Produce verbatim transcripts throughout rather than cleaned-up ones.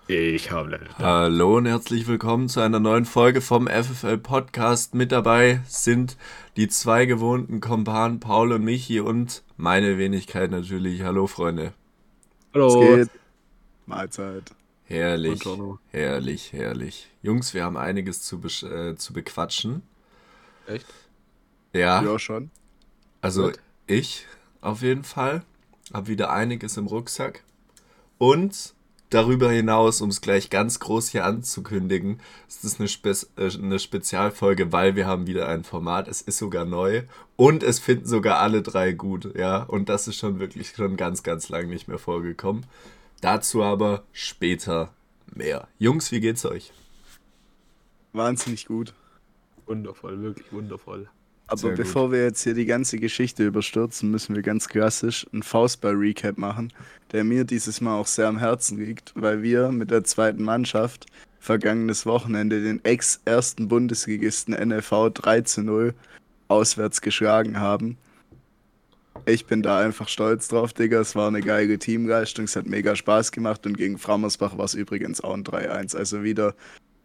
Ich habe leider. Hallo und herzlich willkommen zu einer neuen Folge vom F F L Podcast. Mit dabei sind die zwei gewohnten Kompanen Paul und Michi und meine Wenigkeit natürlich. Hallo Freunde. Es Hallo. geht. Mahlzeit. Herrlich, Buongiorno. herrlich, herrlich. Jungs, wir haben einiges zu, besch- äh, zu bequatschen. Echt? Ja, Ja, schon. also Gut. ich auf jeden Fall. Hab wieder einiges im Rucksack. Und darüber hinaus, um es gleich ganz groß hier anzukündigen, ist es eine, Spe äh, eine Spezialfolge, weil wir haben wieder ein Format. Es ist sogar neu und es finden sogar alle drei gut, ja. Und das ist schon wirklich schon ganz, ganz lang nicht mehr vorgekommen. Dazu aber später mehr. Jungs, wie geht's euch? Wahnsinnig gut. Wundervoll, wirklich wundervoll. Aber Sehr gut. bevor wir jetzt hier die ganze Geschichte überstürzen, müssen wir ganz klassisch einen Faustball-Recap machen, der mir dieses Mal auch sehr am Herzen liegt, weil wir mit der zweiten Mannschaft vergangenes Wochenende den ex-ersten Bundesligisten N L V drei zu null auswärts geschlagen haben. Ich bin da einfach stolz drauf, Digga. Es war eine geile Teamleistung, es hat mega Spaß gemacht und gegen Frammersbach war es übrigens auch ein drei eins. Also wieder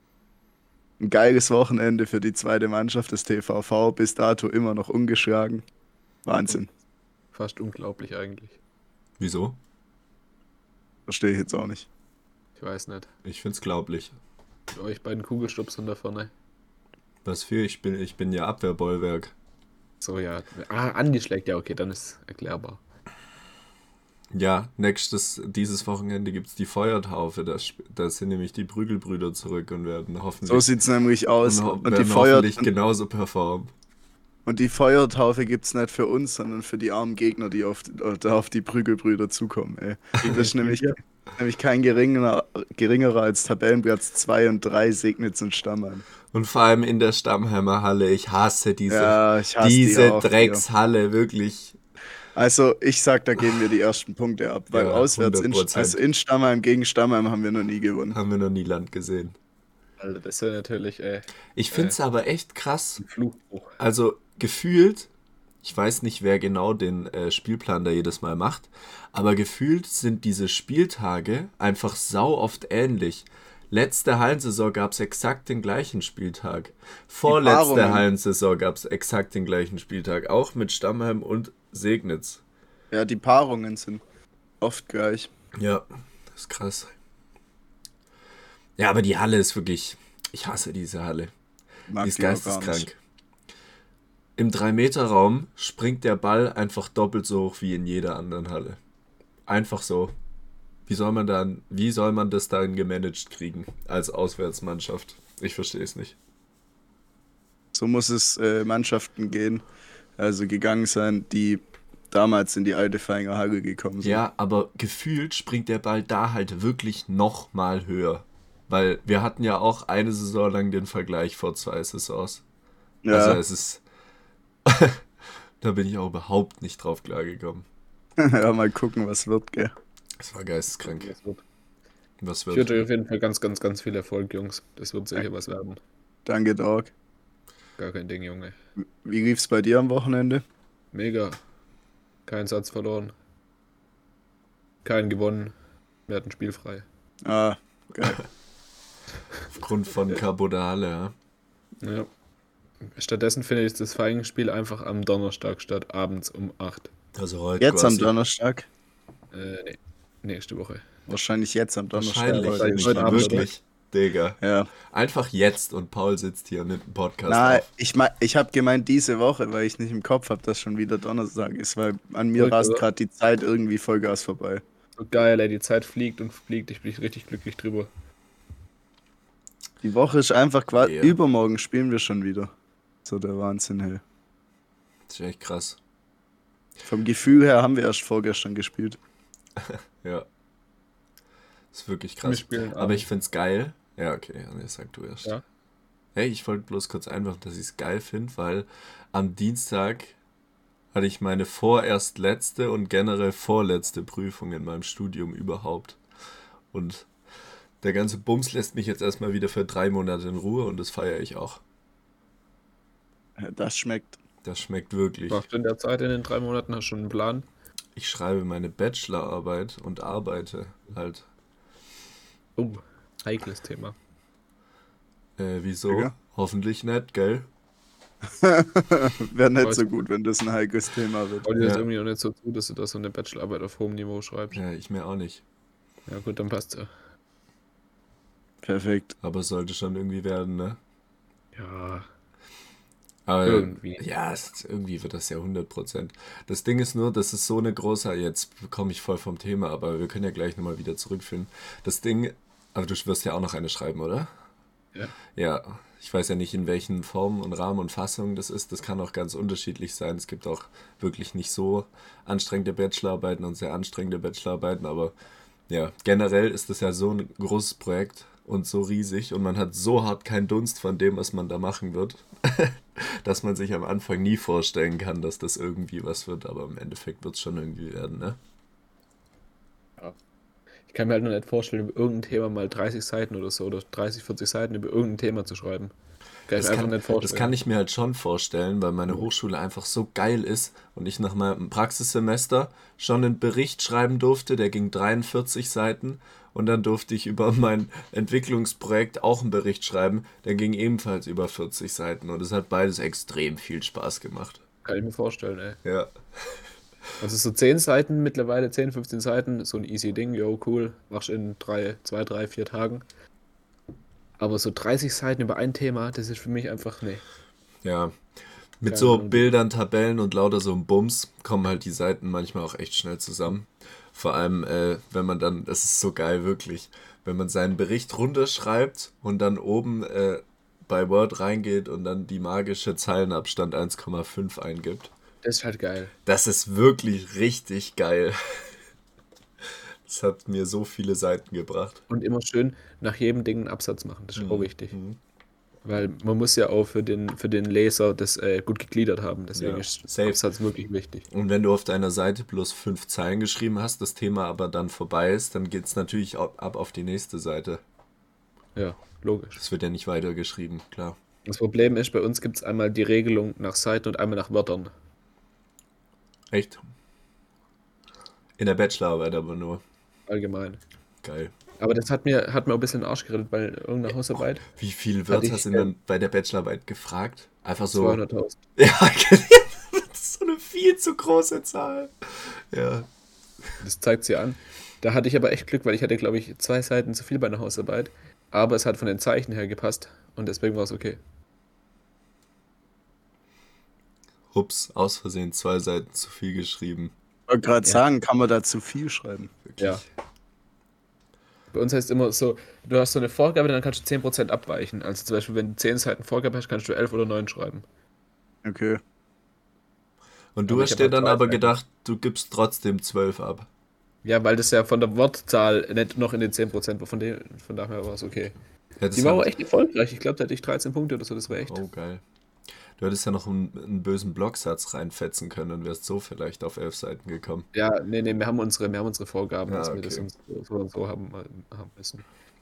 ein geiles Wochenende für die zweite Mannschaft des T V V, bis dato immer noch ungeschlagen. Wahnsinn. Fast unglaublich eigentlich. Wieso? Verstehe ich jetzt auch nicht. Ich weiß nicht. Ich find's glaublich. Mit euch beiden Kugelstupsern da vorne. Was für? Ich bin, ich bin ja Abwehrbollwerk. So, ja. Ah, Andi schlägt, ja, okay, dann ist erklärbar. Ja, nächstes, dieses Wochenende gibt's die Feuertaufe. Da, sp- da sind nämlich die Prügelbrüder zurück und werden hoffentlich, So sieht's nämlich aus. und ho Und die, werden Feuer hoffentlich und, genauso performen. und die Feuertaufe gibt's nicht für uns, sondern für die armen Gegner, die auf, da auf die Prügelbrüder zukommen. Ey. Das ist nämlich, nämlich kein geringerer, geringerer als Tabellenplatz zwei und drei, Segnitz und Stammheim. Und vor allem in der Stammheimer Halle. Ich hasse diese, Ja, ich hasse die diese auch, Digga. Dreckshalle, wirklich. Also ich sag, da geben wir die ersten Punkte ab, weil Ja, auswärts, in, hundert Prozent. also in Stammheim gegen Stammheim haben wir noch nie gewonnen. Haben wir noch nie Land gesehen. Alter, das ist ja natürlich, ey, Ich find's aber echt krass. ein Fluchbruch. Also gefühlt, ich weiß nicht, wer genau den äh, Spielplan da jedes Mal macht, aber gefühlt sind diese Spieltage einfach sau oft ähnlich. Letzte Hallensaison gab es exakt den gleichen Spieltag. Vorletzte Paarungen. Hallensaison gab es exakt den gleichen Spieltag. Auch mit Stammheim und Segnitz. Ja, die Paarungen sind oft gleich. Ja, das ist krass. Ja, aber die Halle ist wirklich... Ich hasse diese Halle. Mag Die ist die auch gar geisteskrank. nicht. Im drei Meter Raum springt der Ball einfach doppelt so hoch wie in jeder anderen Halle. Einfach so. Wie soll man dann, wie soll man das dann gemanagt kriegen als Auswärtsmannschaft? Ich verstehe es nicht. So muss es äh, Mannschaften gehen, also gegangen sein, die damals in die alte Feinger Halle gekommen sind. Ja, aber gefühlt springt der Ball da halt wirklich noch mal höher. Weil wir hatten ja auch eine Saison lang den Vergleich vor zwei Saisons. Ja, Also es ist... Da bin ich auch überhaupt nicht drauf klargekommen. ja, mal gucken, was wird, gell. Es war geisteskrank. Das wird, Was ich wünsche wird? euch auf jeden Fall ganz, ganz, ganz viel Erfolg, Jungs. Das wird sicher was werden. Danke, Dog. Gar kein Ding, Junge. Wie lief's bei dir am Wochenende? Mega. Kein Satz verloren. Kein gewonnen. Wir hatten spielfrei. Ah, geil. Aufgrund von Carbonale, ja. Ja. Stattdessen findet ich das Feigenspiel einfach am Donnerstag statt, abends um acht. Also heute Jetzt am quasi. Donnerstag? Äh, nee. Nächste Woche. Wahrscheinlich jetzt am Donnerstag. Wahrscheinlich Heute nicht, ist- heute Abend, wirklich, Digga. Ja. Einfach jetzt und Paul sitzt hier und nimmt einen Podcast Nein, auf. ich, mein, ich habe gemeint diese Woche, weil ich nicht im Kopf habe, dass schon wieder Donnerstag ist, weil an mir Verrückt, rast oder? gerade die Zeit irgendwie Vollgas vorbei. So geil, ey, die Zeit fliegt und fliegt. Ich bin richtig glücklich drüber. Die Woche ist einfach quasi, Ja. übermorgen spielen wir schon wieder. So der Wahnsinn, hey. Das ist echt krass. Vom Gefühl her haben wir erst vorgestern gespielt. Ja. Das ist wirklich Wir krass. spielen Aber abends. ich find's geil. Ja, okay, nee, sag du erst. Ja. Hey, ich wollte bloß kurz einwerfen, dass ich es geil finde, weil am Dienstag hatte ich meine vorerst letzte und generell vorletzte Prüfung in meinem Studium überhaupt. Und der ganze Bums lässt mich jetzt erstmal wieder für drei Monate in Ruhe und das feiere ich auch. Ja, das schmeckt. Das schmeckt wirklich. Machst du in der Zeit in den drei Monaten? Hast du schon einen Plan? Ich schreibe meine Bachelorarbeit und arbeite halt. Oh, heikles Thema. Äh, wieso? Ja. Hoffentlich nicht, gell? Wäre nicht Weiß- so gut, wenn das ein heikles Thema wird. Weil dir das Ja. irgendwie noch nicht so zu, dass du da so eine Bachelorarbeit auf hohem Niveau schreibst. Ja, ich mir auch nicht. Ja gut, dann passt ja. Perfekt. Aber es sollte schon irgendwie werden, ne? Ja, Aber Irgendwie. ja, es, irgendwie wird das ja hundert Prozent. Das Ding ist nur, das ist so eine große, jetzt komme ich voll vom Thema, aber wir können ja gleich nochmal wieder zurückführen. Das Ding, aber du wirst ja auch noch eine schreiben, oder? Ja. Ja, ich weiß ja nicht, in welchen Formen und Rahmen und Fassungen das ist. Das kann auch ganz unterschiedlich sein. Es gibt auch wirklich nicht so anstrengende Bachelorarbeiten und sehr anstrengende Bachelorarbeiten, aber ja, generell ist das ja so ein großes Projekt und so riesig und man hat so hart keinen Dunst von dem, was man da machen wird, dass man sich am Anfang nie vorstellen kann, dass das irgendwie was wird, aber im Endeffekt wird es schon irgendwie werden, ne? Ich kann mir halt noch nicht vorstellen, über irgendein Thema mal dreißig Seiten oder so oder dreißig, vierzig Seiten über irgendein Thema zu schreiben. Kann ich Das mir einfach kann, nicht vorstellen. das kann ich mir halt schon vorstellen, weil meine Ja. Hochschule einfach so geil ist und ich nach meinem Praxissemester schon einen Bericht schreiben durfte, der ging dreiundvierzig Seiten und dann durfte ich über mein Entwicklungsprojekt auch einen Bericht schreiben, der ging ebenfalls über vierzig Seiten und es hat beides extrem viel Spaß gemacht. Kann ich mir vorstellen, ey. Ja, Also so zehn Seiten mittlerweile, zehn, fünfzehn Seiten, so ein easy Ding, yo, cool, machst in drei, zwei, drei, vier Tagen. Aber so dreißig Seiten über ein Thema, das ist für mich einfach, nee. ja. Mit Keine so Ahnung. Bildern, Tabellen und lauter so einem Bums kommen halt die Seiten manchmal auch echt schnell zusammen. Vor allem, äh, wenn man dann, das ist so geil, wirklich, wenn man seinen Bericht runterschreibt und dann oben äh, bei Word reingeht und dann die magische Zeilenabstand eins Komma fünf eingibt. Das ist halt geil. Das ist wirklich richtig geil. Das hat mir so viele Seiten gebracht. Und immer schön nach jedem Ding einen Absatz machen, das ist auch wichtig. Mhm. Weil man muss ja auch für den, für den Leser das äh, gut gegliedert haben, deswegen Ja, ist safe. Absatz wirklich wichtig. Und wenn du auf deiner Seite bloß fünf Zeilen geschrieben hast, das Thema aber dann vorbei ist, dann geht es natürlich ab ab auf die nächste Seite. Ja, logisch. Das wird ja nicht weitergeschrieben, klar. Das Problem ist, bei uns gibt es einmal die Regelung nach Seiten und einmal nach Wörtern. Echt? In der Bachelorarbeit aber nur. Allgemein. Geil. Aber das hat mir, hat mir auch ein bisschen den Arsch gerettet bei irgendeiner Hausarbeit. Wie viele Hatte Wörter ich, sind äh, dann bei der Bachelorarbeit gefragt? Einfach so. zweihunderttausend. Ja, das ist so eine viel zu große Zahl. Ja. Das zeigt sie an. Da hatte ich aber echt Glück, weil ich hatte, glaube ich, zwei Seiten zu viel bei einer Hausarbeit. Aber es hat von den Zeichen her gepasst und deswegen war es okay. Ups, aus Versehen zwei Seiten zu viel geschrieben. Ich wollte gerade Ja. sagen, kann man da zu viel schreiben? Wirklich. Ja. Bei uns heißt immer so, du hast so eine Vorgabe, dann kannst du zehn Prozent abweichen. Also zum Beispiel, wenn du zehn Seiten Vorgabe hast, kannst du elf oder neun schreiben. Okay. Und du Aber ich hast hab dir halt dann zwei aber Seiten. gedacht, du gibst trotzdem zwölf ab. Ja, weil das ja von der Wortzahl nicht noch in den zehn Prozent war. Von, dem, von daher war es okay. Ja, das Die war hab auch ich- echt erfolgreich. Ich glaube, da hatte ich dreizehn Punkte oder so. Das war echt. Oh, geil. Du hättest ja noch einen, einen bösen Blocksatz reinfetzen können und wärst so vielleicht auf elf Seiten gekommen. Ja, nee, nee, wir haben unsere, wir haben unsere Vorgaben, Ja, dass wir das okay. uns so und so haben, haben müssen.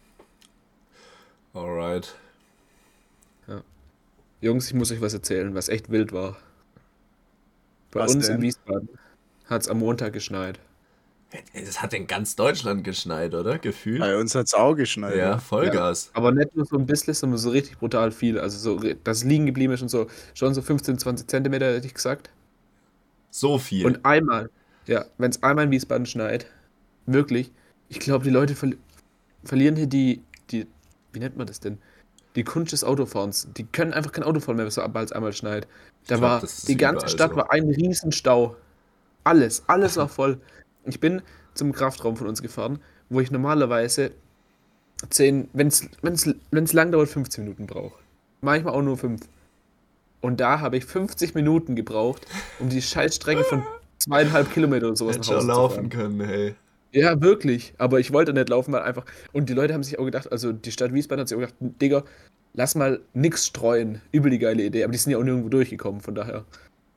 Alright. Jungs, ich muss euch was erzählen, was echt wild war. Bei Was uns denn? in Wiesbaden hat es am Montag geschneit. Das hat in ganz Deutschland geschneit, oder? Gefühlt. Bei uns hat es auch geschneit. Ja, Vollgas. Aber nicht nur so ein bisschen, sondern so richtig brutal viel. Also so, re- das liegen geblieben ist und so, schon so fünfzehn, zwanzig Zentimeter, hätte ich gesagt. So viel. Und einmal, ja, wenn es einmal in Wiesbaden schneit, wirklich, ich glaube, die Leute verli verlieren hier die, die, wie nennt man das denn? Die Kunst des Autofahrens. Die können einfach kein Auto fahren mehr, sobald es einmal schneit. Da glaub, war, das ist die ganze überall Stadt so. war ein Riesenstau. Alles, alles war voll. Ich bin zum Kraftraum von uns gefahren, wo ich normalerweise zehn, wenn es wenn's, wenn's lang dauert, fünfzehn Minuten brauche. Manchmal auch nur fünf. Und da habe ich fünfzig Minuten gebraucht, um die Scheißstrecke von zweieinhalb Kilometer oder sowas Hätte nach schon Hause zu laufen fahren. können, hey. Ja, wirklich. Aber ich wollte nicht laufen, weil einfach. Und die Leute haben sich auch gedacht, also die Stadt Wiesbaden hat sich auch gedacht, Digga, lass mal nix streuen. Übel die geile Idee. Aber die sind ja auch nirgendwo durchgekommen, von daher.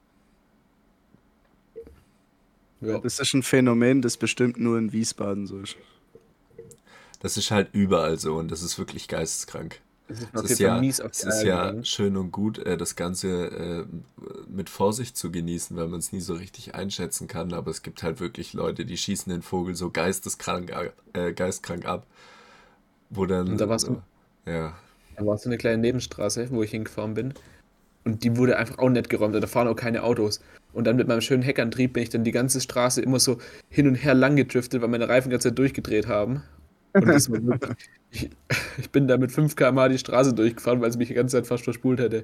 Ja. Das ist ein Phänomen, das bestimmt nur in Wiesbaden so ist. Das ist halt überall so und das ist wirklich geisteskrank. Das ist Es auf ist jeden Fall ja, mies auf es die ist Eier ja gegangen. schön und gut, äh, das Ganze äh, mit Vorsicht zu genießen, weil man es nie so richtig einschätzen kann. Aber es gibt halt wirklich Leute, die schießen den Vogel so geisteskrank, a- äh, geistkrank ab. Wo dann, Und da war es so, ja, da war so eine kleine Nebenstraße, wo ich hingefahren bin. Und die wurde einfach auch nicht geräumt. Da fahren auch keine Autos. Und dann mit meinem schönen Heckantrieb bin ich dann die ganze Straße immer so hin und her lang gedriftet, weil meine Reifen die ganze Zeit durchgedreht haben. Und das war wirklich. Ich, ich bin da mit fünf Kilometer pro Stunde die Straße durchgefahren, weil es mich die ganze Zeit fast verspult hätte.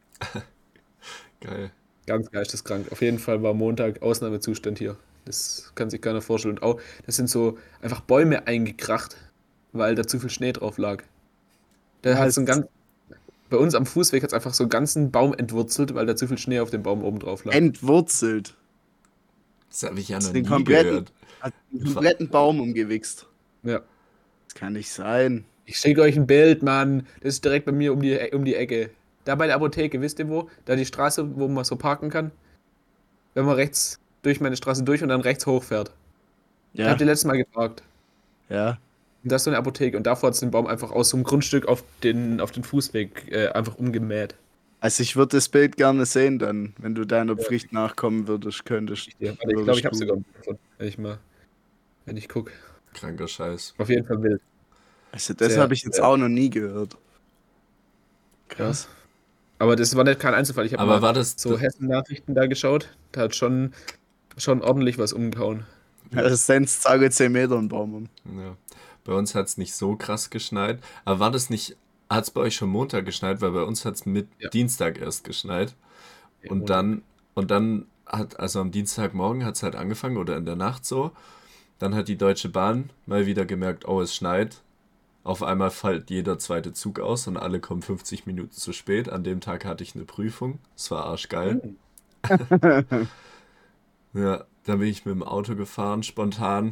geil. Ganz geisteskrank. Auf jeden Fall war Montag Ausnahmezustand hier. Das kann sich keiner vorstellen. Und auch, das sind so einfach Bäume eingekracht, weil da zu viel Schnee drauf lag. Da hat so ein Als ganz. Bei uns am Fußweg hat es einfach so einen ganzen Baum entwurzelt, weil da zu viel Schnee auf dem Baum oben drauf lag. entwurzelt. Das habe ich ja Hast noch den nie kompletten, gehört. hat den kompletten Baum umgewichst. Ja. Das kann nicht sein. Ich schicke euch ein Bild, Mann. Das ist direkt bei mir um die, um die Ecke. Da bei der Apotheke, wisst ihr wo? Da die Straße, wo man so parken kann. Wenn man rechts durch meine Straße durch und dann rechts hochfährt. Da Ja, habt ihr letztes Mal geparkt. ja. Und das ist so eine Apotheke. Und davor hat es den Baum einfach aus so einem Grundstück auf den, auf den Fußweg äh, einfach umgemäht. Also ich würde das Bild gerne sehen dann, wenn du deiner Ja. Pflicht nachkommen würdest, könntest. Ja, warte, ich glaube, würdest ich habe du. sogar ein Bild davon, wenn ich mal, wenn ich gucke. Kranker Scheiß. Auf jeden Fall wild. Also das Sehr, habe ich jetzt sehr- auch noch nie gehört. Ja. Krass. Aber das war nicht kein Einzelfall. Ich habe Aber mal war das, so Hessen-Nachrichten da geschaut. Da hat schon, schon ordentlich was umgehauen. Ja, das sind sage zehn Meter ein Baum um. ja. Bei uns hat es nicht so krass geschneit. Aber war das nicht, hat es bei euch schon Montag geschneit? Weil bei uns hat es mit Ja. Dienstag erst geschneit. Ja, Und Montag. dann, und dann hat, also am Dienstagmorgen hat es halt angefangen oder in der Nacht so. Dann hat die Deutsche Bahn mal wieder gemerkt, oh, es schneit. Auf einmal fällt jeder zweite Zug aus und alle kommen fünfzig Minuten zu spät. An dem Tag hatte ich eine Prüfung. Es war arschgeil. Hm. Ja, dann bin ich mit dem Auto gefahren, spontan.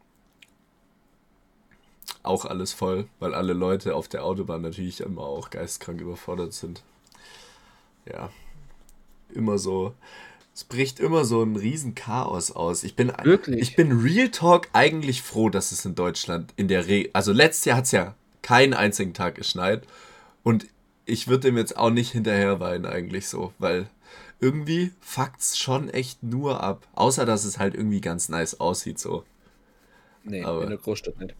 Auch alles voll, weil alle Leute auf der Autobahn natürlich immer auch geistkrank überfordert sind. Ja, immer so. Es bricht immer so ein riesen Chaos aus. Ich bin, Wirklich? ich bin Real Talk eigentlich froh, dass es in Deutschland in der Regel, also letztes Jahr hat es ja keinen einzigen Tag geschneit und ich würde dem jetzt auch nicht hinterher weinen eigentlich so, weil irgendwie fuckt's schon echt nur ab. Außer, dass es halt irgendwie ganz nice aussieht so. Nee, Aber- in der Großstadt nicht.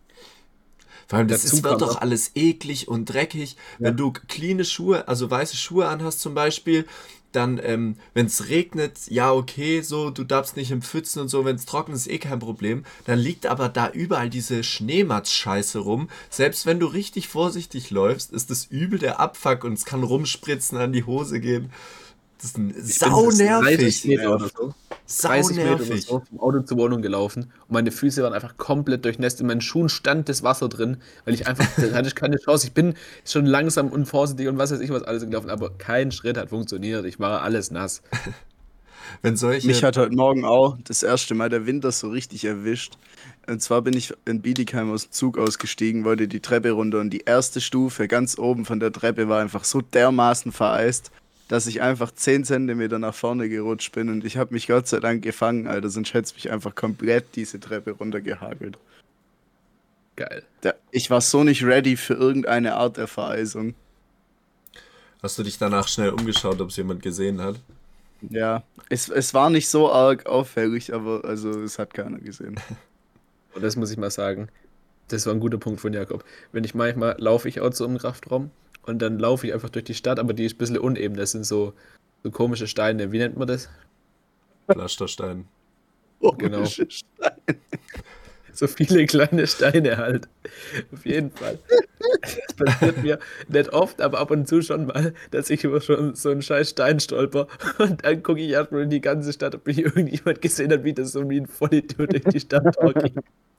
Vor allem, das Dazu ist, wird kam doch noch- alles eklig und dreckig. Ja. Wenn du cleane Schuhe, also weiße Schuhe anhast zum Beispiel, dann, ähm, wenn es regnet, ja okay, so, du darfst nicht im Pfützen und so, wenn es trocken ist, eh kein Problem. Dann liegt aber da überall diese Schneematsch-Scheiße rum. Selbst wenn du richtig vorsichtig läufst, ist das übel der Abfuck und es kann rumspritzen, an die Hose gehen. Das ist ein sau dreißig nervig. Meter oder so. Sau dreißig Meter oder nervig. so vom Auto zur Wohnung gelaufen und meine Füße waren einfach komplett durchnässt. In meinen Schuhen stand das Wasser drin, weil ich einfach, da hatte ich keine Chance. Ich bin schon langsam und vorsichtig und was weiß ich was alles gelaufen, aber kein Schritt hat funktioniert. Ich war alles nass. Wenn solche... Mich hat heute Morgen auch das erste Mal der Winter so richtig erwischt. Und zwar bin ich in Bietigheim aus dem Zug ausgestiegen, wollte die Treppe runter und die erste Stufe ganz oben von der Treppe war einfach so dermaßen vereist, dass ich einfach zehn Zentimeter nach vorne gerutscht bin und ich habe mich Gott sei Dank gefangen, Alter, sonst hätte es mich einfach komplett diese Treppe runtergehagelt. Geil. Da, ich war so nicht ready für irgendeine Art der Vereisung. Hast du dich danach schnell umgeschaut, ob es jemand gesehen hat? Ja, es, es war nicht so arg auffällig, aber also es hat keiner gesehen. Und das muss ich mal sagen, das war ein guter Punkt von Jakob. Wenn ich manchmal laufe ich auch so im Kraftraum und dann laufe ich einfach durch die Stadt, aber die ist ein bisschen uneben. Das sind so, so komische Steine. Wie nennt man das? Pflasterstein. Genau. Komische Steine. So viele kleine Steine halt. Auf jeden Fall. Das passiert mir nicht oft, aber ab und zu schon mal, dass ich über schon so einen scheiß Stein stolper und dann gucke ich erstmal in die ganze Stadt, ob mich irgendjemand gesehen hat, wie das so wie ein Vollidiot durch die Stadt talkie.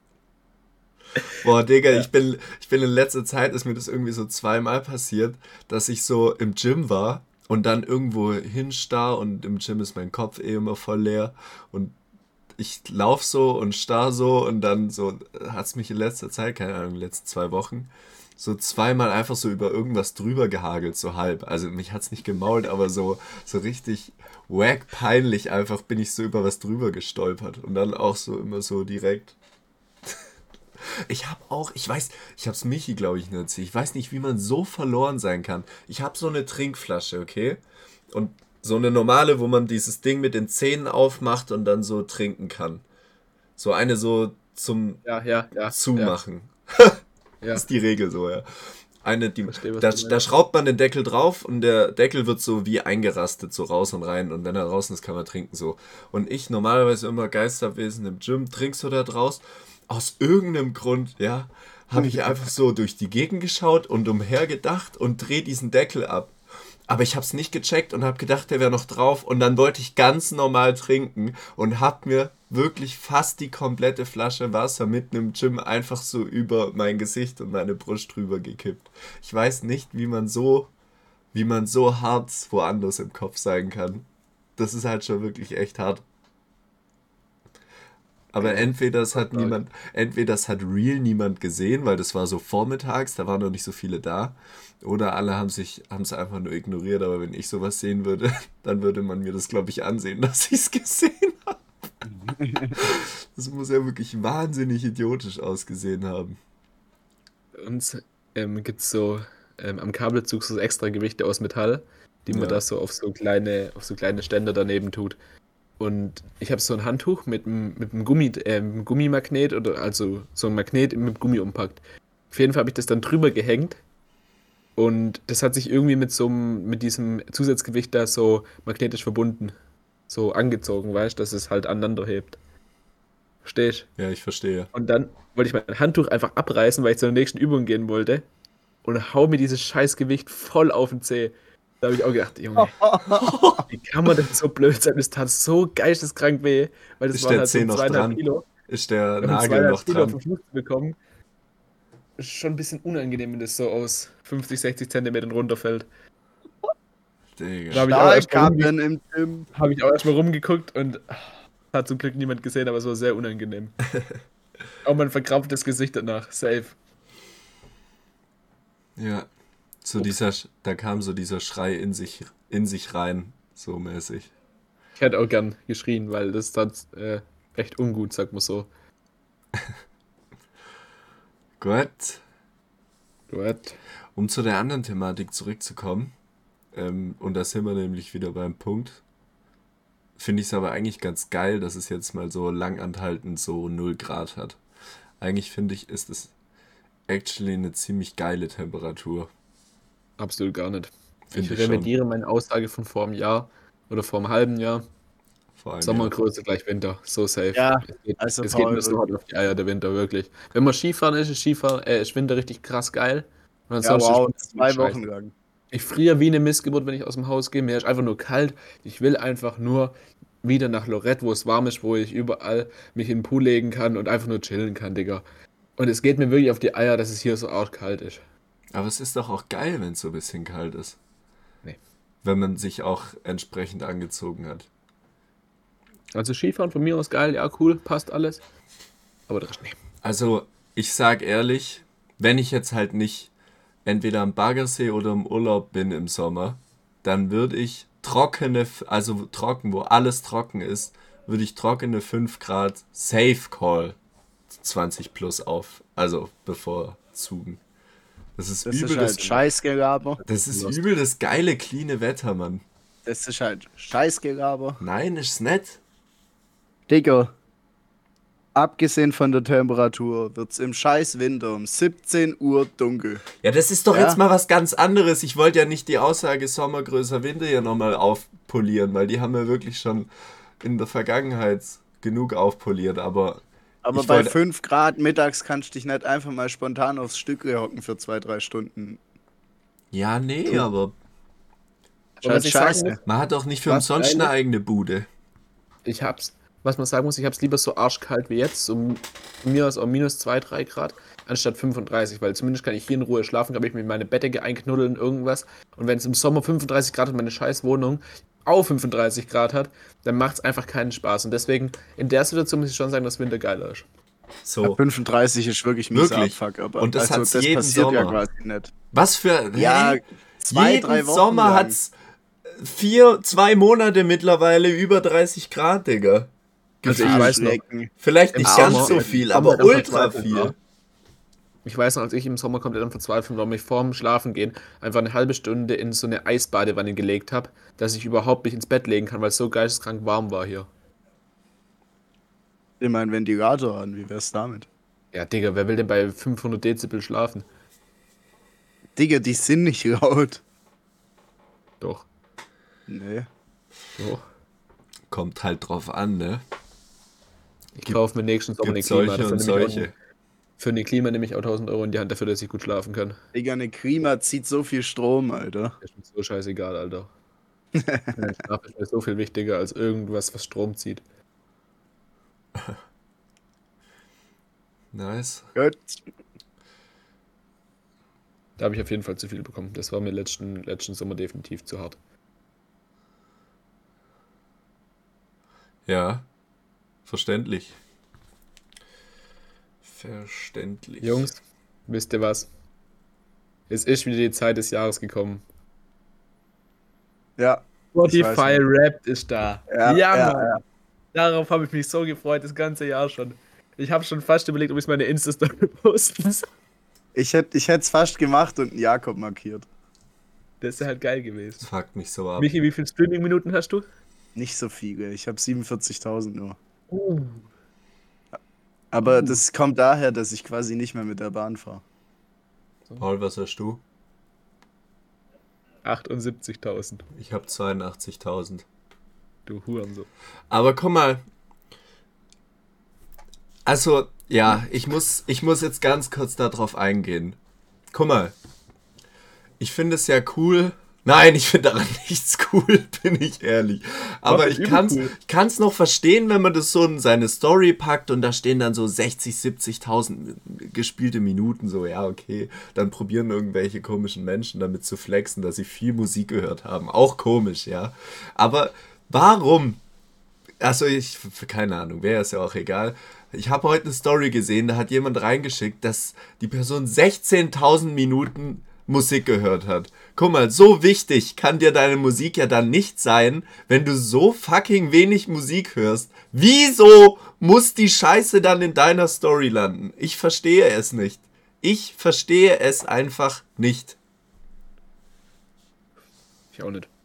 Boah, Digga, Ja. ich bin, ich bin in letzter Zeit, ist mir das irgendwie so zweimal passiert, dass ich so im Gym war und dann irgendwo hinstarr und im Gym ist mein Kopf eh immer voll leer und ich lauf so und starr so und dann so hat es mich in letzter Zeit, keine Ahnung, in den letzten zwei Wochen, so zweimal einfach so über irgendwas drüber gehagelt, so halb. Also mich hat's nicht gemault, aber so, so richtig wack peinlich einfach bin ich so über was drüber gestolpert und dann auch so immer so direkt. Ich habe auch, ich weiß, ich habe es Michi, glaube ich, nur erzählt. Ich weiß nicht, wie man so verloren sein kann. Ich habe so eine Trinkflasche, okay? Und so eine normale, wo man dieses Ding mit den Zähnen aufmacht und dann so trinken kann. So eine so zum Ja, ja, ja. Zumachen. Ja, ist die Regel so, ja. Eine, die, verstehe, was da, du da meinst. schraubt man den Deckel drauf und der Deckel wird so wie eingerastet, so raus und rein. Und wenn er draußen ist, kann man trinken so. Und ich normalerweise immer Geisterwesen im Gym, trinkst du da draus? Aus irgendeinem Grund, ja, habe ich einfach so durch die Gegend geschaut und umher gedacht und dreh diesen Deckel ab. Aber ich habe es nicht gecheckt und habe gedacht, der wäre noch drauf. Und dann wollte ich ganz normal trinken und habe mir wirklich fast die komplette Flasche Wasser mitten im Gym einfach so über mein Gesicht und meine Brust drüber gekippt. Ich weiß nicht, wie man so, wie man so hart woanders im Kopf sein kann. Das ist halt schon wirklich echt hart. Aber Ja, entweder es hat stark. niemand, entweder es hat real niemand gesehen, weil das war so vormittags, da waren noch nicht so viele da, oder alle haben sich, haben es einfach nur ignoriert. Aber wenn ich sowas sehen würde, dann würde man mir das, glaube ich, ansehen, dass ich es gesehen habe. Das muss ja wirklich wahnsinnig idiotisch ausgesehen haben. Bei uns ähm, gibt es so ähm, am Kabelzug so extra Gewichte aus Metall, die man Ja, da so auf so kleine, auf so kleine Ständer daneben tut. Und ich habe so ein Handtuch mit einem mit einem Gummi, äh, mit einem Gummimagnet oder also so ein Magnet mit Gummi umpackt. Auf jeden Fall habe ich das dann drüber gehängt und das hat sich irgendwie mit so einem, mit diesem Zusatzgewicht da so magnetisch verbunden. So angezogen, weißt du, dass es halt aneinander hebt. Verstehst? ja, ich verstehe. Und dann wollte ich mein Handtuch einfach abreißen, weil ich zur nächsten Übung gehen wollte und hau mir dieses Scheißgewicht voll auf den Zeh. Da habe ich auch gedacht, Junge, wie kann man denn so blöd sein? Das tat so geisteskrank weh, weil das Ist waren der halt so Zeh ein noch zweieinhalb dran? Kilo. Ist der Und Nagel zweieinhalb noch Kilo auf dran? den Fuß zu bekommen, ist schon ein bisschen unangenehm, wenn das so aus fünfzig, sechzig Zentimetern runterfällt. Da Digga. habe ich auch erstmal rumge Stahlkappen im Gym. hab ich auch erstmal rumgeguckt und ah, hat zum Glück niemand gesehen, aber es war sehr unangenehm. Auch mein verkrampftes Gesicht danach, safe. Ja, so Ups. dieser, Sch- da kam so dieser Schrei in sich, in sich rein, so mäßig. Ich hätte auch gern geschrien, weil das tat äh, recht ungut, sag mal so. Gut, What? um zu der anderen Thematik zurückzukommen, ähm, und da sind wir nämlich wieder beim Punkt, finde ich es aber eigentlich ganz geil, dass es jetzt mal so langanhaltend so null Grad hat. Eigentlich finde ich, ist es actually eine ziemlich geile Temperatur. Absolut gar nicht. Ich Finde ich schon. revidiere meine Aussage von vor einem Jahr oder vor einem halben Jahr. Vor allem ja. Sommergröße gleich Winter, so safe. Ja, Es geht, also es geht Paul, mir so hart auf die Eier, der Winter, wirklich. Wenn man Skifahren ist, ist Skifahren, äh, ist Winter richtig krass geil. Und ja, ansonsten ist wow, Winter wirklich zwei Wochen scheiße. lang. Ich friere wie eine Missgeburt, wenn ich aus dem Haus gehe. Mir ist einfach nur kalt. Ich will einfach nur wieder nach Lorette, wo es warm ist, wo ich überall mich in den Pool legen kann und einfach nur chillen kann, Digga. Und es geht mir wirklich auf die Eier, dass es hier so arschkalt ist. Aber es ist doch auch geil, wenn es so ein bisschen kalt ist. Nee. Wenn man sich auch entsprechend angezogen hat. Also Skifahren von mir aus geil, ja, cool, passt alles. Aber das nee. Also, ich sag ehrlich, wenn ich jetzt halt nicht entweder am Baggersee oder im Urlaub bin im Sommer, dann würde ich trockene, F- also trocken, wo alles trocken ist, würde ich trockene fünf Grad Safe Call zwanzig plus auf, also bevorzugen. Das ist Das ist übel halt das, Scheißgelaber. das ist Lost. übel das geile, cleane Wetter, Mann. Das ist halt Scheißgelaber. Nein, ist's nicht. Digga, abgesehen von der Temperatur wird's im scheiß Winter um siebzehn Uhr dunkel. Ja, das ist doch Ja. jetzt mal was ganz anderes. Ich wollte ja nicht die Aussage Sommer größer Winter hier nochmal aufpolieren, weil die haben wir wirklich schon in der Vergangenheit genug aufpoliert, aber Aber ich bei wollte, fünf Grad mittags kannst du dich nicht einfach mal spontan aufs Stück hocken für zwei, drei Stunden. ja, nee, Tu. aber Das ist Und was halt ich sagen scheiße. muss, man hat doch nicht für was umsonst geil eine ist, eigene Bude. ich hab's, was man sagen muss, ich hab's lieber so arschkalt wie jetzt, so m- von mir aus auch minus zwei, drei Grad, anstatt fünfunddreißig, weil zumindest kann ich hier in Ruhe schlafen, kann ich mir in meine Bettdecke einknuddeln, irgendwas. Und wenn es im Sommer fünfunddreißig Grad hat und meine scheiß Wohnung auch fünfunddreißig Grad hat, dann macht's einfach keinen Spaß. Und deswegen, in der Situation muss ich schon sagen, dass Winter geiler ist. Ja, So, fünfunddreißig ist wirklich mieser wirklich. Abfuck, aber Und das also hat's das jeden passiert ja Sommer. quasi nicht. Was für, Ja, hä? zwei, Jeden drei Wochen Sommer lang. hat's vier, zwei Monate mittlerweile über dreißig Grad, Digga. Also ich Gefühlt. weiß noch, Arschlecken. Vielleicht im nicht Sommer- ganz so im viel, Sommer aber dann ultra verzweifelt viel. war. Ich weiß noch, als ich im Sommer komplett am Verzweifeln war, mich vorm Schlafen gehen einfach eine halbe Stunde in so eine Eisbadewanne gelegt habe, dass ich überhaupt nicht ins Bett legen kann, weil es so geisteskrank warm war hier. Ich mein Ventilator an, wie wär's damit? Ja, Digga, wer will denn bei fünfhundert Dezibel schlafen? Digga, die sind nicht laut. Doch, Nee. doch. Kommt halt drauf an, ne? Ich Gibt- kaufe mir nächsten Sommer eine Gibt Klima. solche Dafür und nehme ich auch solche. ein- Für eine Klima nehme ich auch tausend Euro in die Hand dafür, dass ich gut schlafen kann. Digga, eine Klima zieht so viel Strom, Alter. Ist mir so scheißegal, Alter. Mein Schlaf ist mir so viel wichtiger als irgendwas, was Strom zieht. Nice. Gut. Da habe ich auf jeden Fall zu viel bekommen. Das war mir letzten, letzten Sommer definitiv zu hart. Ja. Verständlich. Verständlich. Jungs, wisst ihr was? Es ist wieder die Zeit des Jahres gekommen. Ja. Spotify Wrapped ist da. Ja, Ja, ja, Mann. ja. Darauf habe ich mich so gefreut, das ganze Jahr schon. Ich habe schon fast überlegt, ob ich meine Insta-Story posten soll. Ich hätte ich es fast gemacht und einen Jakob markiert. Das wäre halt geil gewesen. Das fuckt mich so ab. Michi, wie viele Streaming-Minuten hast du? Nicht so viele. Ich habe siebenundvierzigtausend nur. Uh. Aber das kommt daher, dass ich quasi nicht mehr mit der Bahn fahre. Paul, was hast du? achtundsiebzigtausend. Ich habe zweiundachtzigtausend. Du Hurensohn. Aber guck mal. Also, ja, ich muss, ich muss jetzt ganz kurz darauf eingehen. Guck mal. Ich finde es ja cool. Nein, ich finde daran nichts cool, bin ich ehrlich. Aber Doch, ich übel kann es cool. ich kann's noch verstehen, wenn man das so in seine Story packt und da stehen dann so sechzig, siebzigtausend gespielte Minuten. So, ja, okay. Dann probieren irgendwelche komischen Menschen damit zu flexen, dass sie viel Musik gehört haben. Auch komisch, ja. Aber warum? Also ich, keine Ahnung, wäre es ja auch egal. Ich habe heute eine Story gesehen, da hat jemand reingeschickt, dass die Person sechzehntausend Minuten Musik gehört hat. Guck mal, so wichtig kann dir deine Musik ja dann nicht sein, wenn du so fucking wenig Musik hörst. Wieso muss die Scheiße dann in deiner Story landen? Ich verstehe es nicht. Ich verstehe es einfach nicht. Ich auch nicht.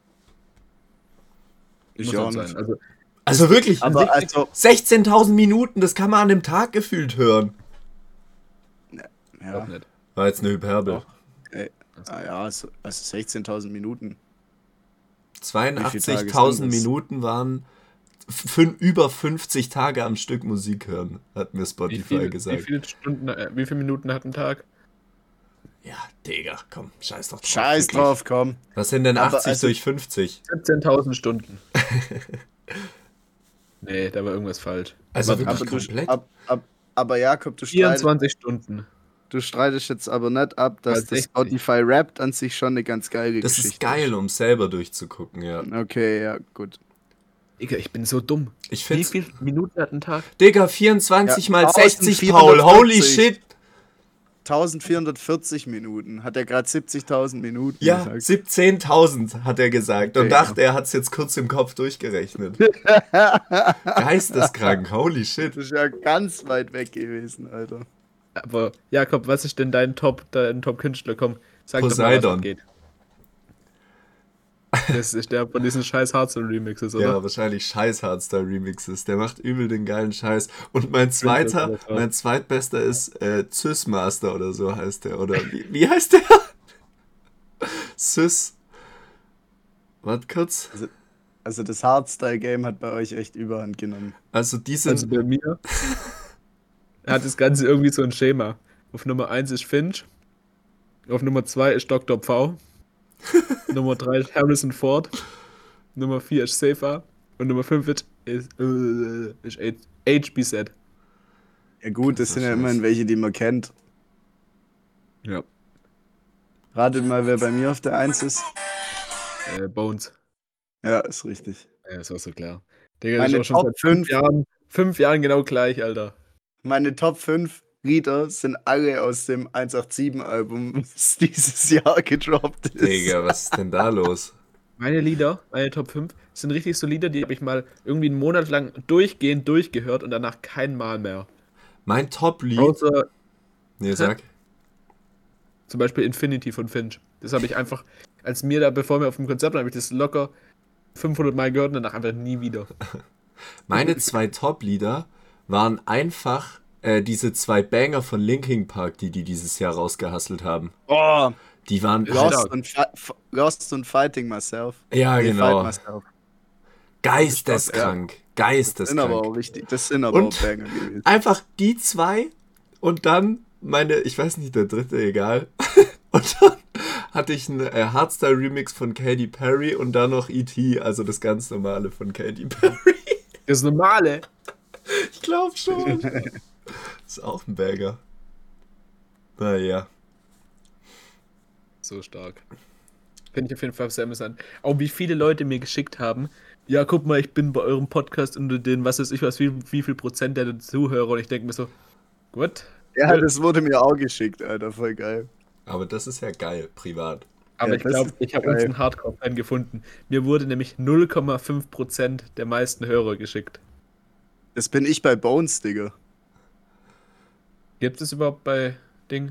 Ich Muss auch halt nicht. sein. Also, Also wirklich, Aber also, sechzehntausend Minuten, das kann man an einem Tag gefühlt hören. ich ja, glaub nicht. War jetzt eine Hyperbel. Doch. ey, ah, ja, also, also sechzehntausend Minuten. zweiundachtzigtausend Wie viele Tage Minuten waren fün- über fünfzig Tage am Stück Musik hören, hat mir Wie, Spotify viel, wie gesagt. viele Stunden, äh, wie viele Minuten hat ein Tag? Ja, Digga, komm, scheiß doch drauf. Scheiß wirklich. drauf, komm. Was sind denn Aber achtzig also- durch fünfzig? siebzehntausend Stunden. Nee, da war irgendwas falsch. Also Warte, wirklich Aber, du, komplett? ab, ab, aber Jakob, du streitest, vierundzwanzig Stunden. du streitest jetzt aber nicht ab, dass Weil das sechzig. Spotify Wrapped an sich schon eine ganz geile Das Geschichte ist geil, um selber durchzugucken, ja. Okay, ja, gut. Digga, ich bin so dumm. Ich Wie find's. viele Minuten hat ein Tag? Digga, vierundzwanzig Ja, mal sechzig, Paul, holy vierhundertvierzig. shit. eintausendvierhundertvierzig Minuten. Hat er gerade siebzigtausend Minuten Ja, gesagt. siebzehntausend hat er gesagt und Okay, dachte, er hat's jetzt kurz im Kopf durchgerechnet. Geisteskrank, holy shit. Das ist ja ganz weit weg gewesen, Alter. Aber Jakob, was ist denn dein Top, dein Top-Künstler? Komm, sag doch mal, was Poseidon. abgeht. Das ist der von diesen scheiß Hardstyle-Remixes, oder? Ja, wahrscheinlich scheiß Hardstyle-Remixes. Der macht übel den geilen Scheiß. Und mein zweiter, das auch. mein zweitbester ist äh, Sysmaster oder so heißt der. Oder wie, wie heißt der? Sys. Warte kurz. Also das Hardstyle-Game hat bei euch echt Überhand genommen. Also die sind. Also bei mir hat das Ganze irgendwie so ein Schema. Auf Nummer eins ist Finch. Auf Nummer zwei ist Doktor Pfau. Nummer drei ist Harrison Ford. Nummer vier ist Safer. Und Nummer fünf ist, ist, äh, ist H B Z. Ja gut, das sind ja Scheiß. immerhin welche, die man kennt. Ja. Ratet mal, wer bei mir auf der eins ist. Äh, Bones. Ja, ist richtig. Ja, ist auch so klar. Digga, Meine das ist auch schon Top seit fünf fünf. Jahren, fünf Jahren genau gleich, Alter. Meine Top fünf Lieder sind alle aus dem hundertsiebenundachtzig-Album, das dieses Jahr gedroppt ist. Digga, was ist denn da los? Meine Lieder, meine Top fünf, sind richtig so Lieder, die habe ich mal irgendwie einen Monat lang durchgehend durchgehört und danach kein Mal mehr. Mein Top-Lied. Außer Nee, sag. zum Beispiel Infinity von Finch. Das habe ich einfach, als mir da, bevor wir auf dem Konzert waren, habe ich das locker fünfhundert Mal gehört und danach einfach nie wieder. Meine zwei Top-Lieder waren einfach äh, diese zwei Banger von Linkin Park, die die dieses Jahr rausgehustelt haben. Oh, Die waren... Lost und, Fi F- Lost und Fighting Myself. Ja, Nee, genau. Fight Myself. Geisteskrank. Das sind aber Geisteskrank. auch richtig, das sind aber Und auch Banger gewesen. einfach die zwei und dann meine, ich weiß nicht, der dritte, egal. Und dann hatte ich einen äh, Hardstyle-Remix von Katy Perry und dann noch E T, also das ganz normale von Katy Perry. Das normale. Ich glaube schon. Ist auch ein Bagger. Naja. So stark. Finde ich auf jeden Fall sehr amüsant. Auch wie viele Leute mir geschickt haben, ja, guck mal, ich bin bei eurem Podcast unter den, was weiß ich was, wie, wie viel Prozent der Zuhörer und ich denke mir so, gut. Ja, das wurde mir auch geschickt, Alter, voll geil. Aber das ist ja geil, privat. Aber Ja, ich das glaube, ist ich habe geil. uns einen Hardcore-Fan gefunden. Mir wurde nämlich null Komma fünf Prozent der meisten Hörer geschickt. Das bin ich bei Bones, Digga. Gibt es überhaupt bei Ding?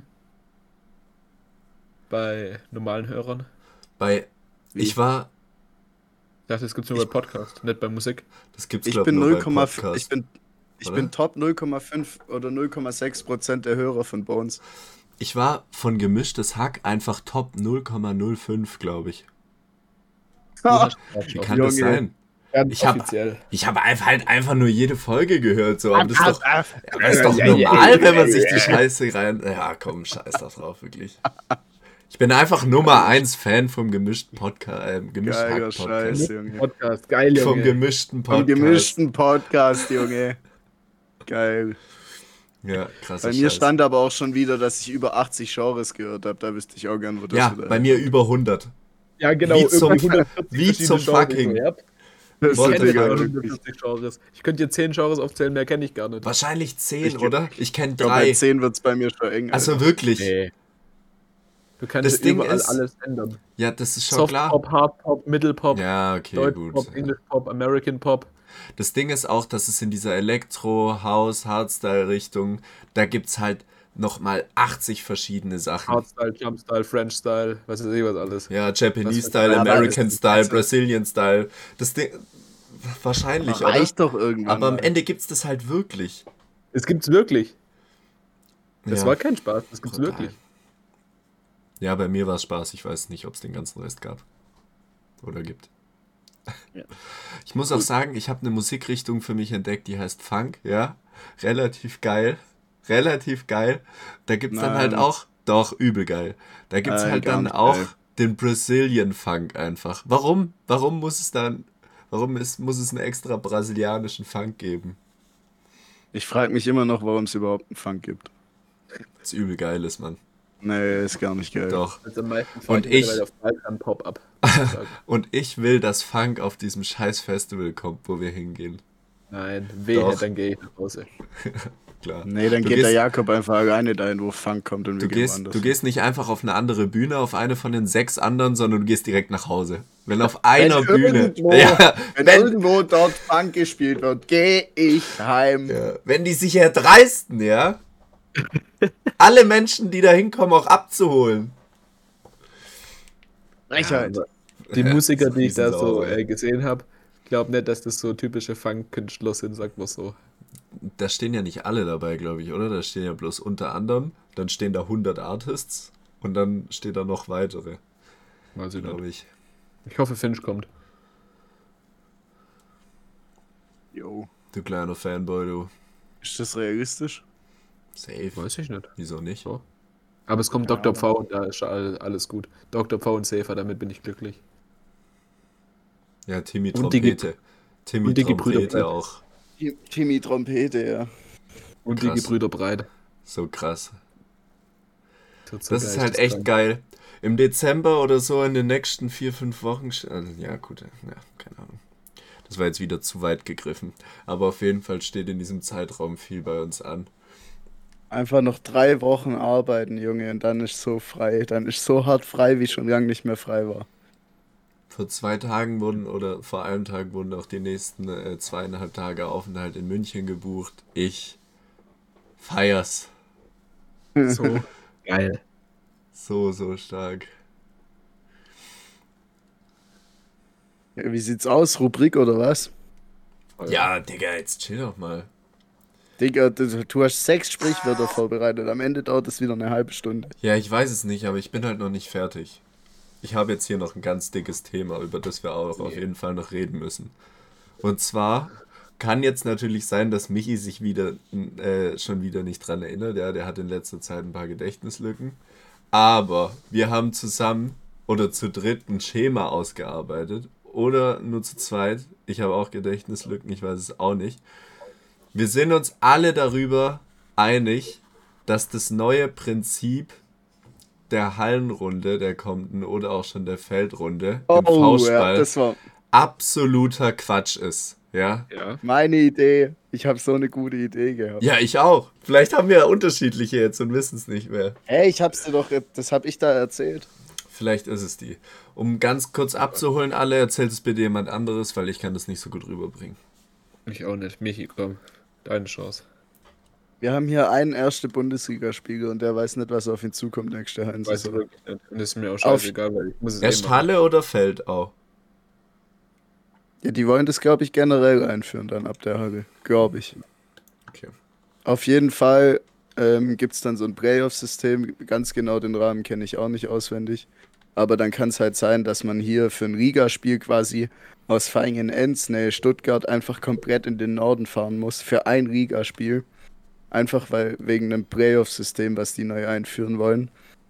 Bei normalen Hörern? Bei, Wie? ich war, Ich dachte, es gibt es nur bei Podcast, nicht bei Musik. das gibt's Ich glaube bin nur null bei Komma fünf, Podcast. ich bin, ich oder? bin Top null Komma fünf oder null Komma sechs Prozent der Hörer von Bones. Ich war von Gemischtes Hack einfach Top null Komma null fünf, glaube ich. Du hast Wie auf- kann das Junge. sein? ganz Ich habe offiziell. ich hab einfach halt einfach nur jede Folge gehört, so, aber das ist doch, Ah, aber ist doch Ja, ja, normal, ja, wenn man ja, sich ja. die Scheiße rein... Ja, komm, scheiß da drauf, wirklich. Ich bin einfach Nummer eins Fan vom gemischten Podcast, äh, gemischten Geiler Hack-Podcast. Scheiß, Junge. Podcast, geil, Vom Junge. gemischten Vom Podcast. gemischten Podcast, Junge. Geil. Ja, krass. Bei mir stand aber auch schon wieder, dass ich über achtzig Genres gehört habe. Da wüsste ich auch gern, wo das Ja, wieder bei mir über hundert. Ja, genau. Wie zum- irgendwie hundertvierzig wie verschiedene zum Genres. fucking- Ich so, ja, Das ich ist Wollte kenne Digga, keine wirklich. hundertfünfzig Genres. Ich könnte dir zehn Genres aufzählen, mehr kenne ich gar nicht. Wahrscheinlich zehn, Ich- oder? Ich kenne Ich glaube, bei drei. zehn wird es bei mir schon eng. Also Alter. wirklich. Nee. Du kannst Das ja Ding überall ist- alles ändern. Ja, das ist schon Soft klar. Pop, Hard Pop, Middle Pop, Ja, okay, Deutsch gut. Pop, English Pop, American Pop. Das Ding ist auch, dass es in dieser Elektro, House, Hardstyle-Richtung, da gibt's halt nochmal achtzig verschiedene Sachen. Hardstyle, Jumpstyle, French Style, was weiß ich was alles. Ja, Japanese Was für- Style, Ja, aber American das- Style, also- Brazilian Style. Das Ding. Wahrscheinlich, oder? Reicht doch irgendwann. Aber am mal. Ende gibt's das halt wirklich. Das gibt's wirklich. Das ja. war kein Spaß, das gibt's Total. wirklich. Ja, bei mir war es Spaß. Ich weiß nicht, ob es den ganzen Rest gab. Oder gibt. Ja. Ich muss auch sagen, ich habe eine Musikrichtung für mich entdeckt, die heißt Funk, ja. Relativ geil. Relativ geil. Da gibt es dann Nein. halt auch, doch, übel geil. Da gibt es Nein, halt gar dann nicht auch geil. den Brazilian Funk einfach. Warum? Warum muss es dann, warum ist, muss es einen extra brasilianischen Funk geben? Ich frage mich immer noch, warum es überhaupt einen Funk gibt. Das übel geil ist, Mann. Nee, ist gar nicht geil. Doch. Also am meisten Und fahre ich- mittlerweile auf Balkan Pop ab. muss ich sagen. Und ich will, dass Funk auf diesem scheiß Festival kommt, wo wir hingehen. Nein, wehe, Doch. dann gehe ich nach Hause. Klar. Nee, dann Du geht gehst- der Jakob einfach alleine dahin, wo Funk kommt und Du wir gehen gehst, woanders. du hin. gehst nicht einfach auf eine andere Bühne, auf eine von den sechs anderen, sondern du gehst direkt nach Hause. Wenn auf einer Wenn Bühne. irgendwo- Ja, Wenn, wenn, irgendwo dort Funk gespielt wird, gehe ich heim. ja, wenn die sich erdreisten, ja. Alle Menschen, die da hinkommen, auch abzuholen. Frechheit. Die Ja, Musiker, das ist die ich da so Riesensauerei. äh, gesehen habe, glaube nicht, dass das so typische Funk-Künstler sind, sagt man so. Da stehen ja nicht alle dabei, glaube ich, oder? Da stehen ja bloß unter anderem, dann stehen da hundert Artists und dann steht da noch weitere, Weiß ich nicht. glaube ich. Ich hoffe, Finch kommt. Jo. Du kleiner Fanboy, du. Ist das realistisch? Safe. Weiß ich nicht. Wieso nicht? So. Aber es kommt Ja, Doktor aber- V und da ist all- alles gut. Doktor V und Safer, damit bin ich glücklich. Ja, Timmy Und die Ge- Trompete. Timmy und die Gebrüder Trompete Brett. auch. Timmy Trompete, ja. Und die Krass. Gebrüder Breit. So krass. Tut so Das ist halt echt geisteskrank. geil. Im Dezember oder so in den nächsten vier, fünf Wochen. sch- Also, ja, gut, ja, keine Ahnung. Das war jetzt wieder zu weit gegriffen. Aber auf jeden Fall steht in diesem Zeitraum viel bei uns an. Einfach noch drei Wochen arbeiten, Junge, und dann ist so frei. Dann ist so hart frei, wie schon lange nicht mehr frei war. Vor zwei Tagen wurden, oder vor einem Tag wurden auch die nächsten äh, zweieinhalb Tage Aufenthalt in München gebucht. Ich feier's. So geil. So, so stark. Ja, wie sieht's aus? Rubrik oder was? Ja, Digga, jetzt chill doch mal. Digga, du, du hast sechs Sprichwörter vorbereitet. Am Ende dauert es wieder eine halbe Stunde. Ja, ich weiß es nicht, aber ich bin halt noch nicht fertig. Ich habe jetzt hier noch ein ganz dickes Thema, über das wir auch auf jeden Fall noch reden müssen. Und zwar kann jetzt natürlich sein, dass Michi sich wieder äh, schon wieder nicht dran erinnert. Ja, der hat in letzter Zeit ein paar Gedächtnislücken. Aber wir haben zusammen oder zu dritt ein Schema ausgearbeitet. Oder nur zu zweit. Ich habe auch Gedächtnislücken, ich weiß es auch nicht. Wir sind uns alle darüber einig, dass das neue Prinzip der Hallenrunde, der kommenden oder auch schon der Feldrunde im Oh, ja, Faustball das war absoluter Quatsch ist. Ja? Ja. meine Idee. Ich habe so eine gute Idee gehabt. Ja, ich auch. Vielleicht haben wir ja unterschiedliche jetzt und wissen es nicht mehr. Ey, ich hab's dir doch, das hab ich da erzählt. Vielleicht ist es die. Um ganz kurz abzuholen, alle, erzählt es bitte jemand anderes, weil ich kann das nicht so gut rüberbringen. Ich auch nicht. Michi, komm. Deine Chance. Wir haben hier einen ersten Bundesligaspieler und der weiß nicht, was auf ihn zukommt nächste Weiß ich Hallensaison. wirklich nicht. Und das ist mir auch Auf- scheißegal, weil ich muss es eh Erst machen. Halle oder Feld auch? Ja, die wollen das, glaube ich, generell einführen dann ab der Halle. Glaube ich. Okay. Auf jeden Fall ähm, gibt es dann so ein Playoff-System. Ganz genau den Rahmen kenne ich auch nicht auswendig. Aber dann kann es halt sein, dass man hier für ein Riga-Spiel quasi aus Vaihingen-Enz, Nähe Stuttgart, einfach komplett in den Norden fahren muss. Für ein Riga-Spiel. Einfach weil wegen einem Playoff-System, was die neu einführen wollen.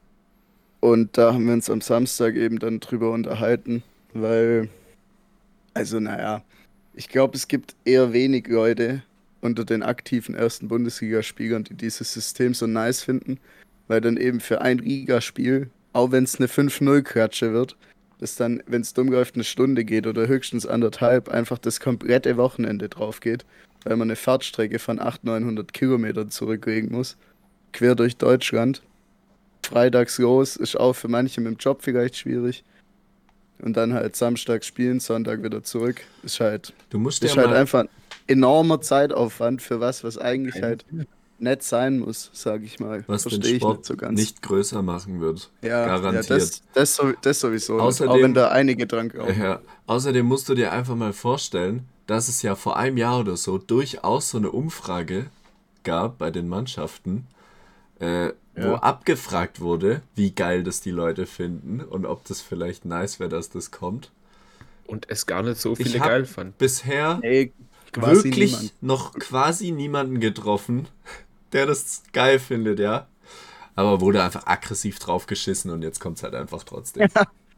Und da haben wir uns am Samstag eben dann drüber unterhalten, weil, also naja, ich glaube, es gibt eher wenig Leute unter den aktiven ersten Bundesligaspielern, die dieses System so nice finden, weil dann eben für ein Ligaspiel, auch wenn es eine fünf null Klatsche wird, das dann, wenn es dumm läuft, eine Stunde geht oder höchstens anderthalb, einfach das komplette Wochenende drauf geht, weil man eine Fahrtstrecke von achthundert, neunhundert Kilometern zurücklegen muss, quer durch Deutschland. Freitags los, ist auch für manche mit dem Job vielleicht schwierig. Und dann halt samstags spielen, Sonntag wieder zurück. Ist halt, Du musst dir ist halt mal, einfach ein enormer Zeitaufwand für was, was eigentlich halt nett sein muss, sag ich mal. was den Verstehe ich Sport nicht so ganz. nicht größer machen wird. ja, garantiert. Ja, das, das, so- das sowieso nicht, auch Außerdem- wenn da einige dran glauben. Ja. Außerdem musst du dir einfach mal vorstellen, dass es ja vor einem Jahr oder so durchaus so eine Umfrage gab bei den Mannschaften, äh, wo Ja. abgefragt wurde, wie geil das die Leute finden und ob das vielleicht nice wäre, dass das kommt. Und es gar nicht so Ich viele hab- geil fand. Bisher Ey, quasi wirklich niemand. noch quasi niemanden getroffen, der das geil findet, ja. Aber wurde einfach aggressiv draufgeschissen und jetzt kommt es halt einfach trotzdem.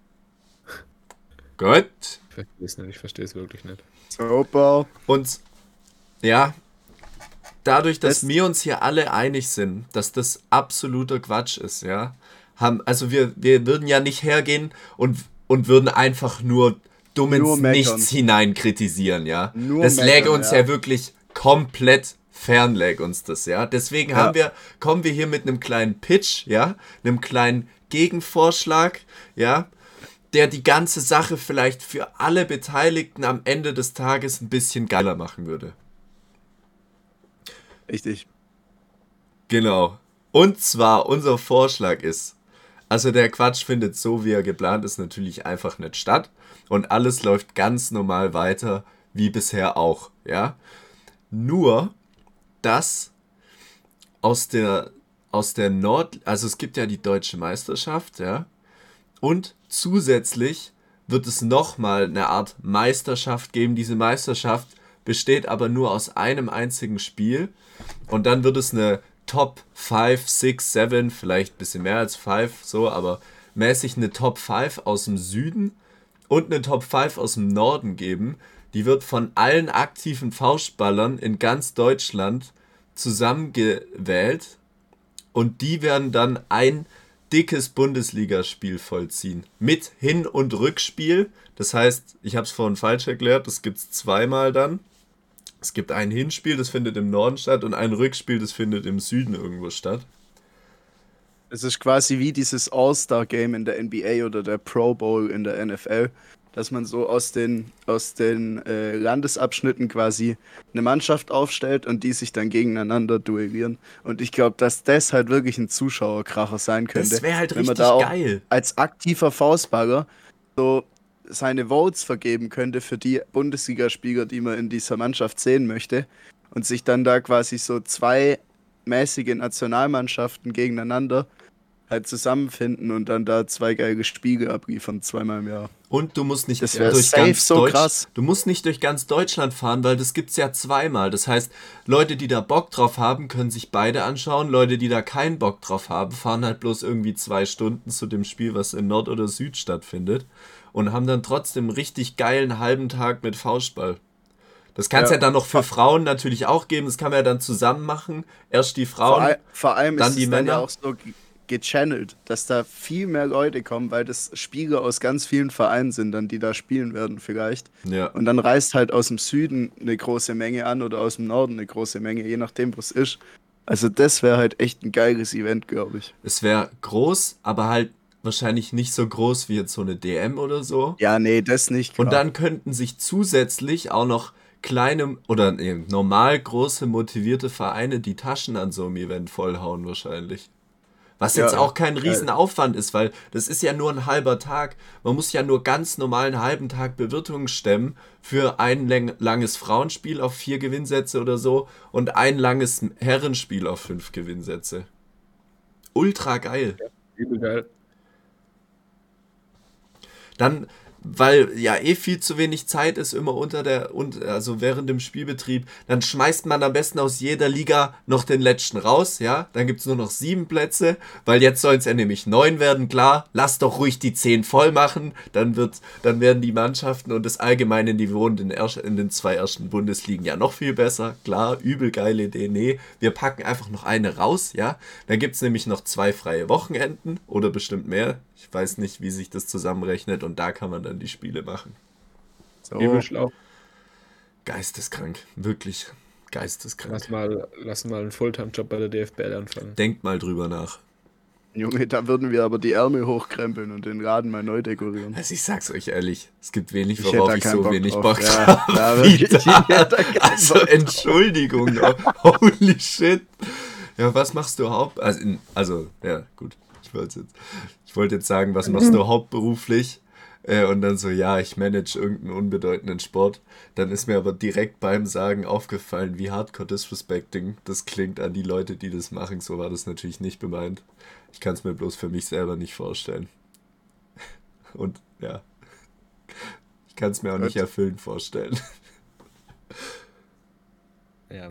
Gut. Ich verstehe es nicht, ich verstehe es wirklich nicht. Super. Und ja, dadurch, dass Das- wir uns hier alle einig sind, dass das absoluter Quatsch ist, ja, haben, also wir, wir würden ja nicht hergehen und, und würden einfach nur dumm ins Nur meckern. Nichts hinein kritisieren, ja. Nur das läge meckern, uns ja. ja. wirklich komplett fern, läge uns das, ja. Deswegen Ja. haben wir, kommen wir hier mit einem kleinen Pitch, ja, einem kleinen Gegenvorschlag, ja, der die ganze Sache vielleicht für alle Beteiligten am Ende des Tages ein bisschen geiler machen würde. Richtig. Genau. Und zwar, unser Vorschlag ist, also der Quatsch findet so, wie er geplant ist, natürlich einfach nicht statt. Und alles läuft ganz normal weiter, wie bisher auch, ja. Nur, dass aus der, aus der Nord... Also es gibt ja die Deutsche Meisterschaft, ja. Und zusätzlich wird es nochmal eine Art Meisterschaft geben. Diese Meisterschaft besteht aber nur aus einem einzigen Spiel. Und dann wird es eine Top fünf, sechs, sieben, vielleicht ein bisschen mehr als fünf, so, aber mäßig eine Top fünf aus dem Süden und eine Top fünf aus dem Norden geben. Die wird von allen aktiven Faustballern in ganz Deutschland zusammengewählt und die werden dann ein dickes Bundesligaspiel vollziehen. Mit Hin- und Rückspiel. Das heißt, ich habe es vorhin falsch erklärt, das gibt es zweimal dann. Es gibt ein Hinspiel, das findet im Norden statt und ein Rückspiel, das findet im Süden irgendwo statt. Es ist quasi wie dieses All-Star-Game in der N B A oder der Pro Bowl in der N F L, dass man so aus den, aus den äh, Landesabschnitten quasi eine Mannschaft aufstellt und die sich dann gegeneinander duellieren. Und ich glaube, dass das halt wirklich ein Zuschauerkracher sein könnte. Das wäre halt wenn man richtig da auch geil. als aktiver Faustballer so seine Votes vergeben könnte für die Bundesligaspieler, die man in dieser Mannschaft sehen möchte und sich dann da quasi so zwei mäßige Nationalmannschaften gegeneinander halt zusammenfinden und dann da zwei geile Spiele abliefern, zweimal im Jahr. Und du musst nicht Das wär durch safe ganz so Deutsch, krass. du musst nicht durch ganz Deutschland fahren, weil das gibt's ja zweimal. Das heißt, Leute, die da Bock drauf haben, können sich beide anschauen. Leute, die da keinen Bock drauf haben, fahren halt bloß irgendwie zwei Stunden zu dem Spiel, was in Nord oder Süd stattfindet und haben dann trotzdem einen richtig geilen halben Tag mit Faustball. Das kann es ja. Ja. dann noch für Frauen natürlich auch geben. Das kann man ja dann zusammen machen. Erst die Vor, Frauen, all, vor allem dann ist die es dann Männer. ja auch so ge- gechannelt, dass da viel mehr Leute kommen, weil das Spieler aus ganz vielen Vereinen sind, dann die da spielen werden vielleicht. Ja. Und dann reist halt aus dem Süden eine große Menge an oder aus dem Norden eine große Menge, je nachdem, was ist. Also das wäre halt echt ein geiles Event, glaube ich. Es wäre groß, aber halt wahrscheinlich nicht so groß wie jetzt so eine D M oder so. Ja, nee, das nicht. Klar. Und dann könnten sich zusätzlich auch noch kleine oder nee, normal große motivierte Vereine die Taschen an so einem Event vollhauen wahrscheinlich. Was Ja, jetzt auch kein geil. Riesenaufwand ist, weil das ist ja nur ein halber Tag. Man muss ja nur ganz normal einen halben Tag Bewirtung stemmen für ein läng- langes Frauenspiel auf vier Gewinnsätze oder so und ein langes Herrenspiel auf fünf Gewinnsätze. Ultra geil. Übel geil. Dann, weil ja eh viel zu wenig Zeit ist immer unter der, und also während dem Spielbetrieb, dann schmeißt man am besten aus jeder Liga noch den letzten raus, ja, dann gibt es nur noch sieben Plätze, weil jetzt sollen es ja nämlich neun werden, klar, lass doch ruhig die zehn voll machen, dann wird, dann werden die Mannschaften und das allgemeine Niveau in den, erst, in den zwei ersten Bundesligen ja noch viel besser, klar, übel geile Idee, nee, wir packen einfach noch eine raus, ja, dann gibt es nämlich noch zwei freie Wochenenden oder bestimmt mehr, ich weiß nicht, wie sich das zusammenrechnet und da kann man dann die Spiele machen. So. Übel schlau. Geisteskrank, wirklich geisteskrank. Lass mal, lass mal einen Fulltime-Job bei der D F B L anfangen. Denkt mal drüber nach. Junge, da würden wir aber die Ärmel hochkrempeln und den Laden mal neu dekorieren. Also ich sag's euch ehrlich, es gibt wenig, Ich hätte worauf da ich keinen so Bock wenig drauf. Bock Ja, habe. da wie wirklich, ich da. hätte da keinen Also Bock drauf. Entschuldigung, oh, holy shit. Ja, was machst du haupt... Also, in, also ja, gut, ich wollte jetzt, ich wollte jetzt sagen, was machst du hauptberuflich? Äh, und dann so, ja, ich manage irgendeinen unbedeutenden Sport. Dann ist mir aber direkt beim Sagen aufgefallen, wie hardcore disrespecting das klingt an die Leute, die das machen. So war das natürlich nicht gemeint. Ich kann es mir bloß für mich selber nicht vorstellen. Und ja, ich kann es mir auch Gut. nicht erfüllend vorstellen. Ja.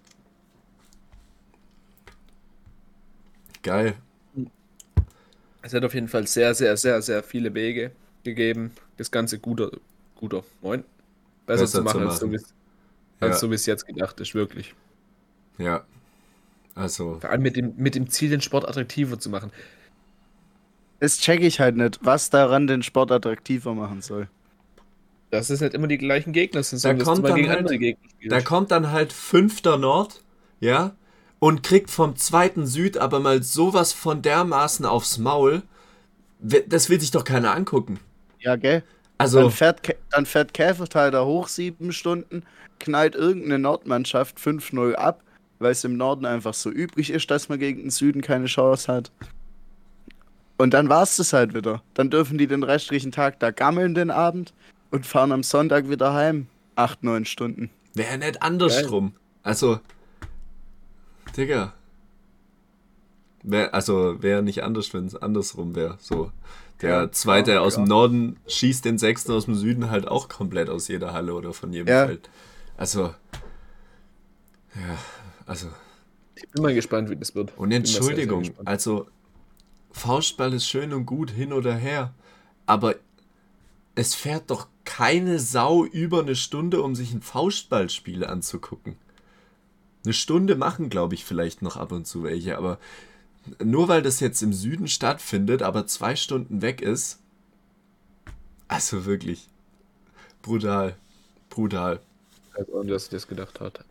Geil. Es hat auf jeden Fall sehr, sehr, sehr, sehr viele Wege gegeben, das Ganze guter, guter, moin, besser, Besser zu machen, zu als so machen. wie es als Ja. so wie es jetzt gedacht ist, wirklich. Ja. Also, Vor allem mit dem, mit dem Ziel, den Sport attraktiver zu machen. Das check ich halt nicht, was daran den Sport attraktiver machen soll. Dass es nicht immer die gleichen Gegner sind, Da sondern dass kommt du mal dann gegen halt- andere Gegner spielst. da kommt dann halt fünfter Nord, ja, und kriegt vom zweiten Süd aber mal sowas von dermaßen aufs Maul. We- Das will sich doch keiner angucken. Ja, gell? Also, Dann fährt, Kä- dann fährt Käfertal da hoch sieben Stunden, knallt irgendeine Nordmannschaft fünf null ab, weil es im Norden einfach so üblich ist, dass man gegen den Süden keine Chance hat. Und dann war's das halt wieder. Dann dürfen die den restlichen Tag da gammeln den Abend und fahren am Sonntag wieder heim. Acht, neun Stunden. wäre nicht andersrum. Also, Digga. Wär, also, wäre nicht anders, wenn es andersrum wäre. So. Der Ja, Zweite ja, aus dem ja. Norden schießt den Sechsten aus dem Süden halt auch komplett aus jeder Halle oder von jedem Ja. Feld. Also, ja, also. Ich bin mal gespannt, wie das wird. Und Bin mal sehr, sehr Entschuldigung, gespannt. also Faustball ist schön und gut hin oder her, aber es fährt doch keine Sau über eine Stunde, um sich ein Faustballspiel anzugucken. Eine Stunde machen, glaube ich, vielleicht noch ab und zu welche, aber nur weil das jetzt im Süden stattfindet, aber zwei Stunden weg ist, also wirklich brutal, brutal. Ich weiß auch nicht, dass ich das gedacht hat.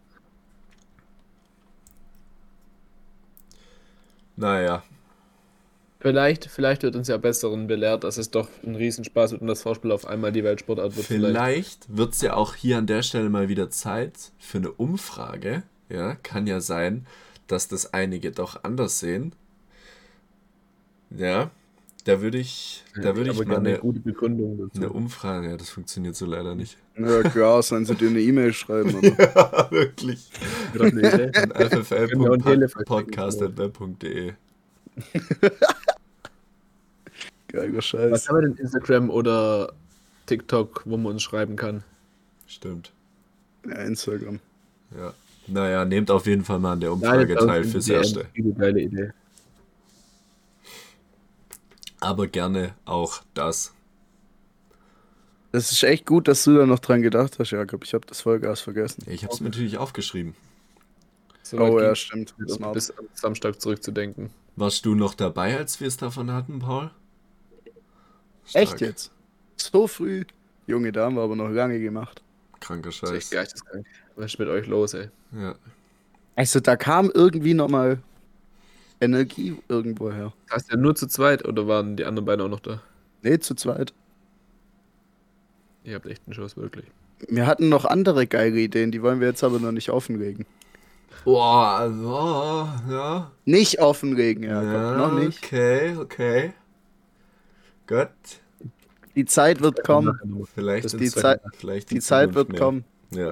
Naja, Vielleicht, vielleicht wird uns ja Besseren belehrt, dass es doch ein Riesenspaß wird und das Faustball auf einmal die Weltsportart wird. Vielleicht. vielleicht wird es ja auch hier an der Stelle mal wieder Zeit für eine Umfrage. Ja, kann ja sein, dass das einige doch anders sehen. Ja, Da würde ich, da würde ich aber mal gerne eine eine, gute Begründung dazu. eine Umfrage, ja, das funktioniert so leider nicht. Ja, klar, sollen sie dir eine E-Mail schreiben, oder? Ja, wirklich. Wäre doch eine Idee. An f f l Können wir auch ein punkt Telefon podcast schicken, punkt web punkt de. Geiler Was Scheiß. haben wir denn Instagram oder TikTok, wo man uns schreiben kann? Stimmt. Ja, Instagram. Ja. Naja, nehmt auf jeden Fall mal an der Nein, Umfrage jetzt teil aus fürs D Ms. Erste. Eine geile Idee. Aber gerne auch das. Das ist echt gut, dass du da noch dran gedacht hast, Jakob. Ich habe das Vollgas vergessen. Ich habe es mir natürlich aufgeschrieben. So weit Oh ja, ging's stimmt. nicht, um Smart. bis am Samstag zurückzudenken. Warst du noch dabei, als wir es davon hatten, Paul? Echt Stark. jetzt? So früh? Junge, da haben wir aber noch lange gemacht. Kranker Das ist echt Scheiß. geisteskrank. Was ist mit euch los, ey? Ja. Also da kam irgendwie nochmal Energie irgendwo her. Hast du ja nur zu zweit oder waren die anderen beiden auch noch da? Nee, zu zweit. Ihr habt echt einen Schuss, wirklich. Wir hatten noch andere geile Ideen, die wollen wir jetzt aber noch nicht offenlegen. Boah, also, ja. Nicht offenlegen, Jakob. Ja, Noch nicht. okay, okay. Gut. Die Zeit wird kommen. Vielleicht Das in die Zu- Zeit- vielleicht in Die Zeit Zukunft wird mehr. kommen. Ja.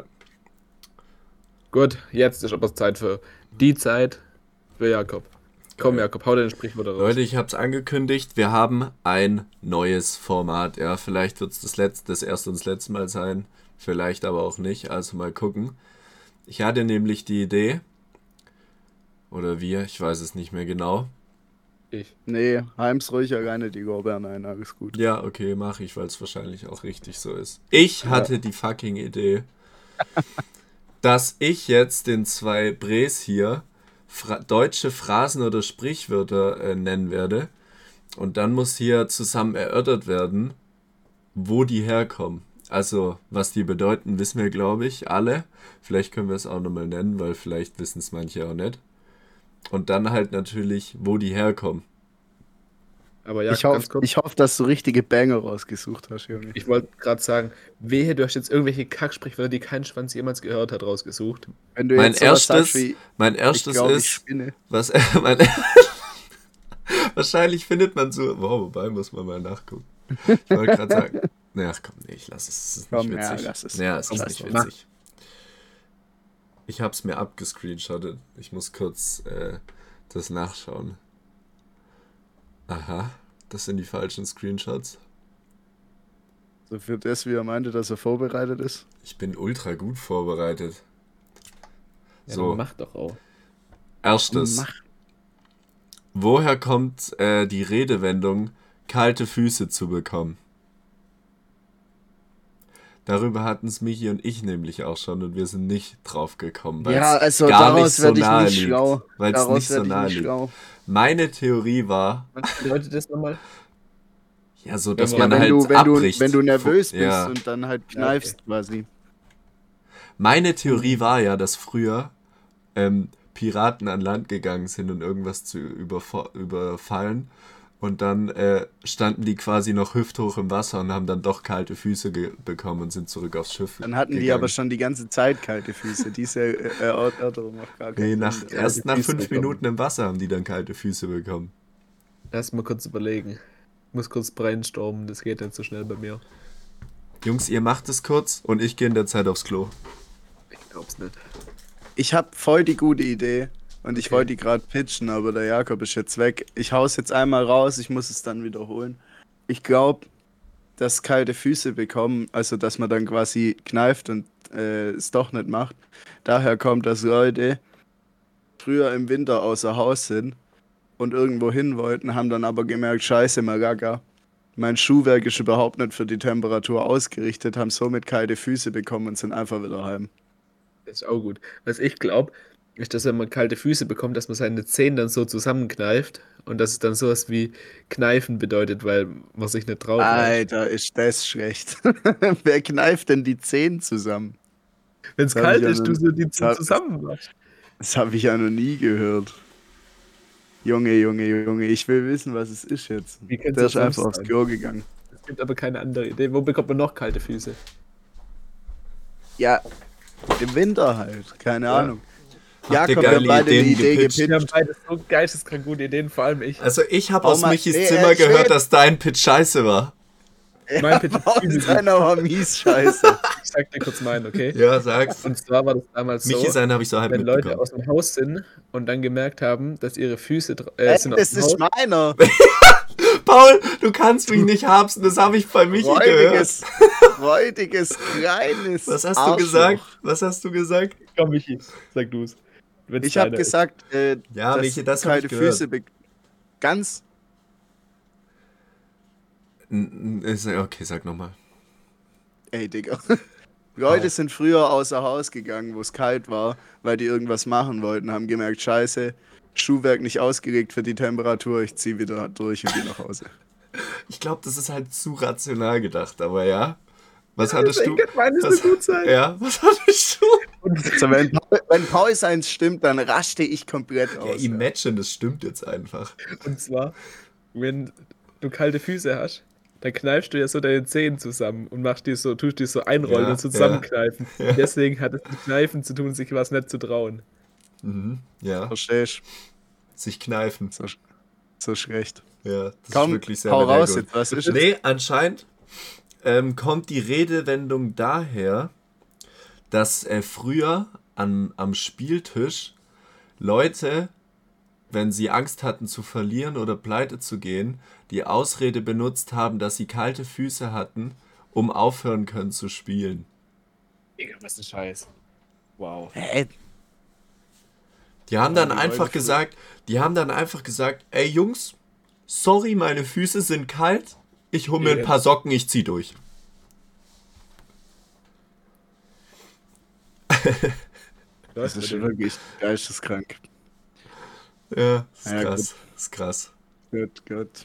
Gut, jetzt ist aber Zeit für die Zeit für Jakob. Komm, Geil. Jakob, hau dein Sprichwort raus. Leute, ich habe es angekündigt, wir haben ein neues Format. Ja, vielleicht wird es das, letzte, das erste und das letzte Mal sein, vielleicht aber auch nicht, also mal gucken. Ich hatte nämlich die Idee, oder wir, ich weiß es nicht mehr genau. Ich. Nee, heim's ruhig alleine die Lorbeeren ein, alles gut. Ja, okay, mache ich, weil es wahrscheinlich auch richtig so ist. Ich hatte die fucking Idee, dass ich jetzt den zwei Bres hier fra deutsche Phrasen oder Sprichwörter äh, nennen werde. Und dann muss hier zusammen erörtert werden, wo die herkommen. Also, was die bedeuten, wissen wir, glaube ich, alle. Vielleicht können wir es auch nochmal nennen, weil vielleicht wissen es manche auch nicht. Und dann halt natürlich, wo die herkommen. Aber Jakob, ich hoffe, ganz kurz. ich hoff, dass du richtige Banger rausgesucht hast, Junge. Ich wollte gerade sagen, wehe, du hast jetzt irgendwelche Kacksprichwörter, die kein Schwanz jemals gehört hat, rausgesucht. Wenn du Mein jetzt sowas erstes, sagst wie, mein ich erstes glaube, ich ist, spinne. was, mein, wahrscheinlich findet man so, wow, wobei muss man mal nachgucken. Ich wollte gerade sagen, naja, komm, nee, ich lass es, es ist Komm, nicht ja, witzig. lass es. Ja, es Komm, ist lass nicht es. witzig. Ich hab's mir abgescreenshottet. Ich muss kurz äh, das nachschauen. Aha, das sind die falschen Screenshots. So für das, wie er meinte, dass er vorbereitet ist. Ich bin ultra gut vorbereitet. Ja, So. dann mach doch auch. Erstes. Mach. Woher kommt äh, die Redewendung, kalte Füße zu bekommen? Darüber hatten es Michi und ich nämlich auch schon und wir sind nicht drauf gekommen, weil Ja, es also gar daraus nicht so werde ich nahe nicht liegt. schlau. Weil es Daraus nicht so werde ich nahe nicht liegt. schlau. Meine Theorie war, Was bedeutet das nochmal? ja, so dass Ja, man wenn, halt du, wenn, du, abbricht. wenn du nervös bist Ja. und dann halt kneifst quasi. Meine Theorie war ja, dass früher ähm, Piraten an Land gegangen sind und irgendwas zu überf- überfallen und dann äh, standen die quasi noch hüfthoch im Wasser und haben dann doch kalte Füße ge- bekommen und sind zurück aufs Schiff Dann hatten die gegangen. aber schon die ganze Zeit kalte Füße. Diese äh, Erörterung macht gar Nee, keinen nach, Sinn. erst nach Füße fünf bekommen. Minuten im Wasser haben die dann kalte Füße bekommen. Lass mal kurz überlegen. Ich muss kurz brainstormen, das geht nicht so schnell bei mir. Jungs, ihr macht es kurz und ich gehe in der Zeit aufs Klo. Ich glaub's nicht. Ich habe voll die gute Idee und ich Okay. wollte die gerade pitchen, aber der Jakob ist jetzt weg. Ich hau's jetzt einmal raus, ich muss es dann wiederholen. Ich glaube, dass kalte Füße bekommen, also dass man dann quasi kneift und äh, es doch nicht macht. Daher kommt, dass Leute früher im Winter außer Haus sind und irgendwo hin wollten, haben dann aber gemerkt, scheiße, Malaga, mein Schuhwerk ist überhaupt nicht für die Temperatur ausgerichtet, haben somit kalte Füße bekommen und sind einfach wieder heim. Das ist auch gut. Was ich glaube, ist, dass wenn man kalte Füße bekommt, dass man seine Zähne dann so zusammenkneift und dass es dann sowas wie Kneifen bedeutet, weil man sich nicht traut. weißt Alter, ist das schlecht. Wer kneift denn die Zehen zusammen? du? Wenn es das hab kalt ich ja ist, noch du nie- so die das hab- zusammen machst. Das habe ich ja noch nie gehört. Junge, Junge, Junge, ich will wissen, was es ist jetzt. Wie kann's Der jetzt ist einfach sonst aufs sein? Klo gegangen. Es gibt aber keine andere Idee. Wo bekommt man noch kalte Füße? Ja, im Winter halt, keine Ja. Ahnung. Habt ihr Jakob, wir haben geile beide eine Ideen Idee gepitcht? Wir haben gepitcht. beide so geisteskrank gute Ideen, vor allem ich. Also ich habe Bau aus mal- Michis nee, Zimmer äh, gehört, shit. dass dein Pitch scheiße war. Mein Pitch ist Warum übel ist einer aber mies scheiße? Ich sag dir kurz meinen, okay? Ja, sag's. Und zwar war das damals so, Michi sein habe ich so halb wenn Leute mitbekommen. aus dem Haus sind und dann gemerkt haben, dass ihre Füße dr- äh, Ey, sind aus das dem Haus. ist meiner. Paul, du kannst mich nicht habsen, das habe ich bei Michi gehört. Räudiges, räudiges, kleines Was hast Arschloch. du gesagt? Was hast du gesagt? Komm, Michi, sag du's. Wenn's Ich habe deiner ist. gesagt, äh, Ja, dass Michi, das hab kalte ich gehört. Füße be- ganz. N- n- ist- Okay, sag nochmal. Ey, Digga. Leute Au. sind früher außer Haus gegangen, wo es kalt war, weil die irgendwas machen wollten, haben gemerkt, scheiße, Schuhwerk nicht ausgelegt für die Temperatur, ich zieh wieder durch und gehe nach Hause. Ich glaube, das ist halt zu rational gedacht, aber ja. Was hattest du? Deswegen kann meines Was, so gut sein. ja, was hattest du? Also wenn, Paul- wenn Paul seins stimmt, dann raste ich komplett Ja, aus. imagine, das stimmt jetzt einfach. Und zwar, wenn du kalte Füße hast, dann kneifst du ja so deine Zehen zusammen und machst die so, tust die so einrollen Ja, und so zusammenkneifen. ja. Deswegen hat es mit Kneifen zu tun, sich was nicht zu trauen. Mhm. Ja, Verstehst sich kneifen. so, so schlecht. Ja, das Komm, ist wirklich sehr hau sehr raus gut. jetzt, was ist Nee, anscheinend ähm, kommt die Redewendung daher, dass äh, früher an, am Spieltisch Leute, wenn sie Angst hatten zu verlieren oder pleite zu gehen, die Ausrede benutzt haben, dass sie kalte Füße hatten, um aufhören können zu spielen. Digga, was ein Scheiß. Wow. Hä? Die haben Ja, dann die einfach Leute- gesagt, die haben dann einfach gesagt, ey Jungs, sorry, meine Füße sind kalt, ich hole mir ein Ja. paar Socken, ich zieh durch. Das ist schon wirklich geisteskrank. Ja, das ist Ja, krass, das ist krass. Gut, gut.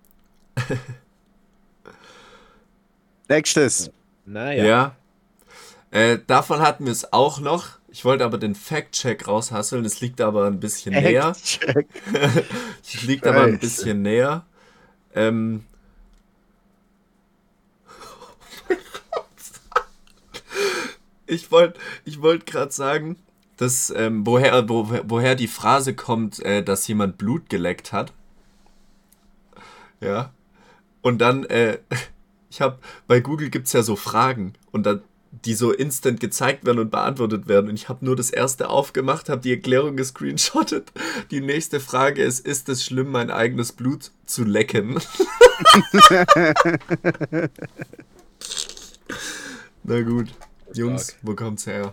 Nächstes. Naja. Ja. Äh, davon hatten wir es auch noch. Ich wollte aber den Fact-Check raushasseln, es liegt aber ein bisschen näher. Check. Es liegt aber ein Scheiße. bisschen näher. Ähm. Ich wollte ich wollt gerade sagen, dass, ähm, woher, wo, woher die Phrase kommt, äh, dass jemand Blut geleckt hat. Ja. Und dann, äh, ich habe, bei Google gibt es ja so Fragen und dann, die so instant gezeigt werden und beantwortet werden. Und ich habe nur das erste aufgemacht, habe die Erklärung gescreenshottet. Die nächste Frage ist, ist es schlimm, mein eigenes Blut zu lecken? Na gut, Jungs, Stark. wo kommt's her?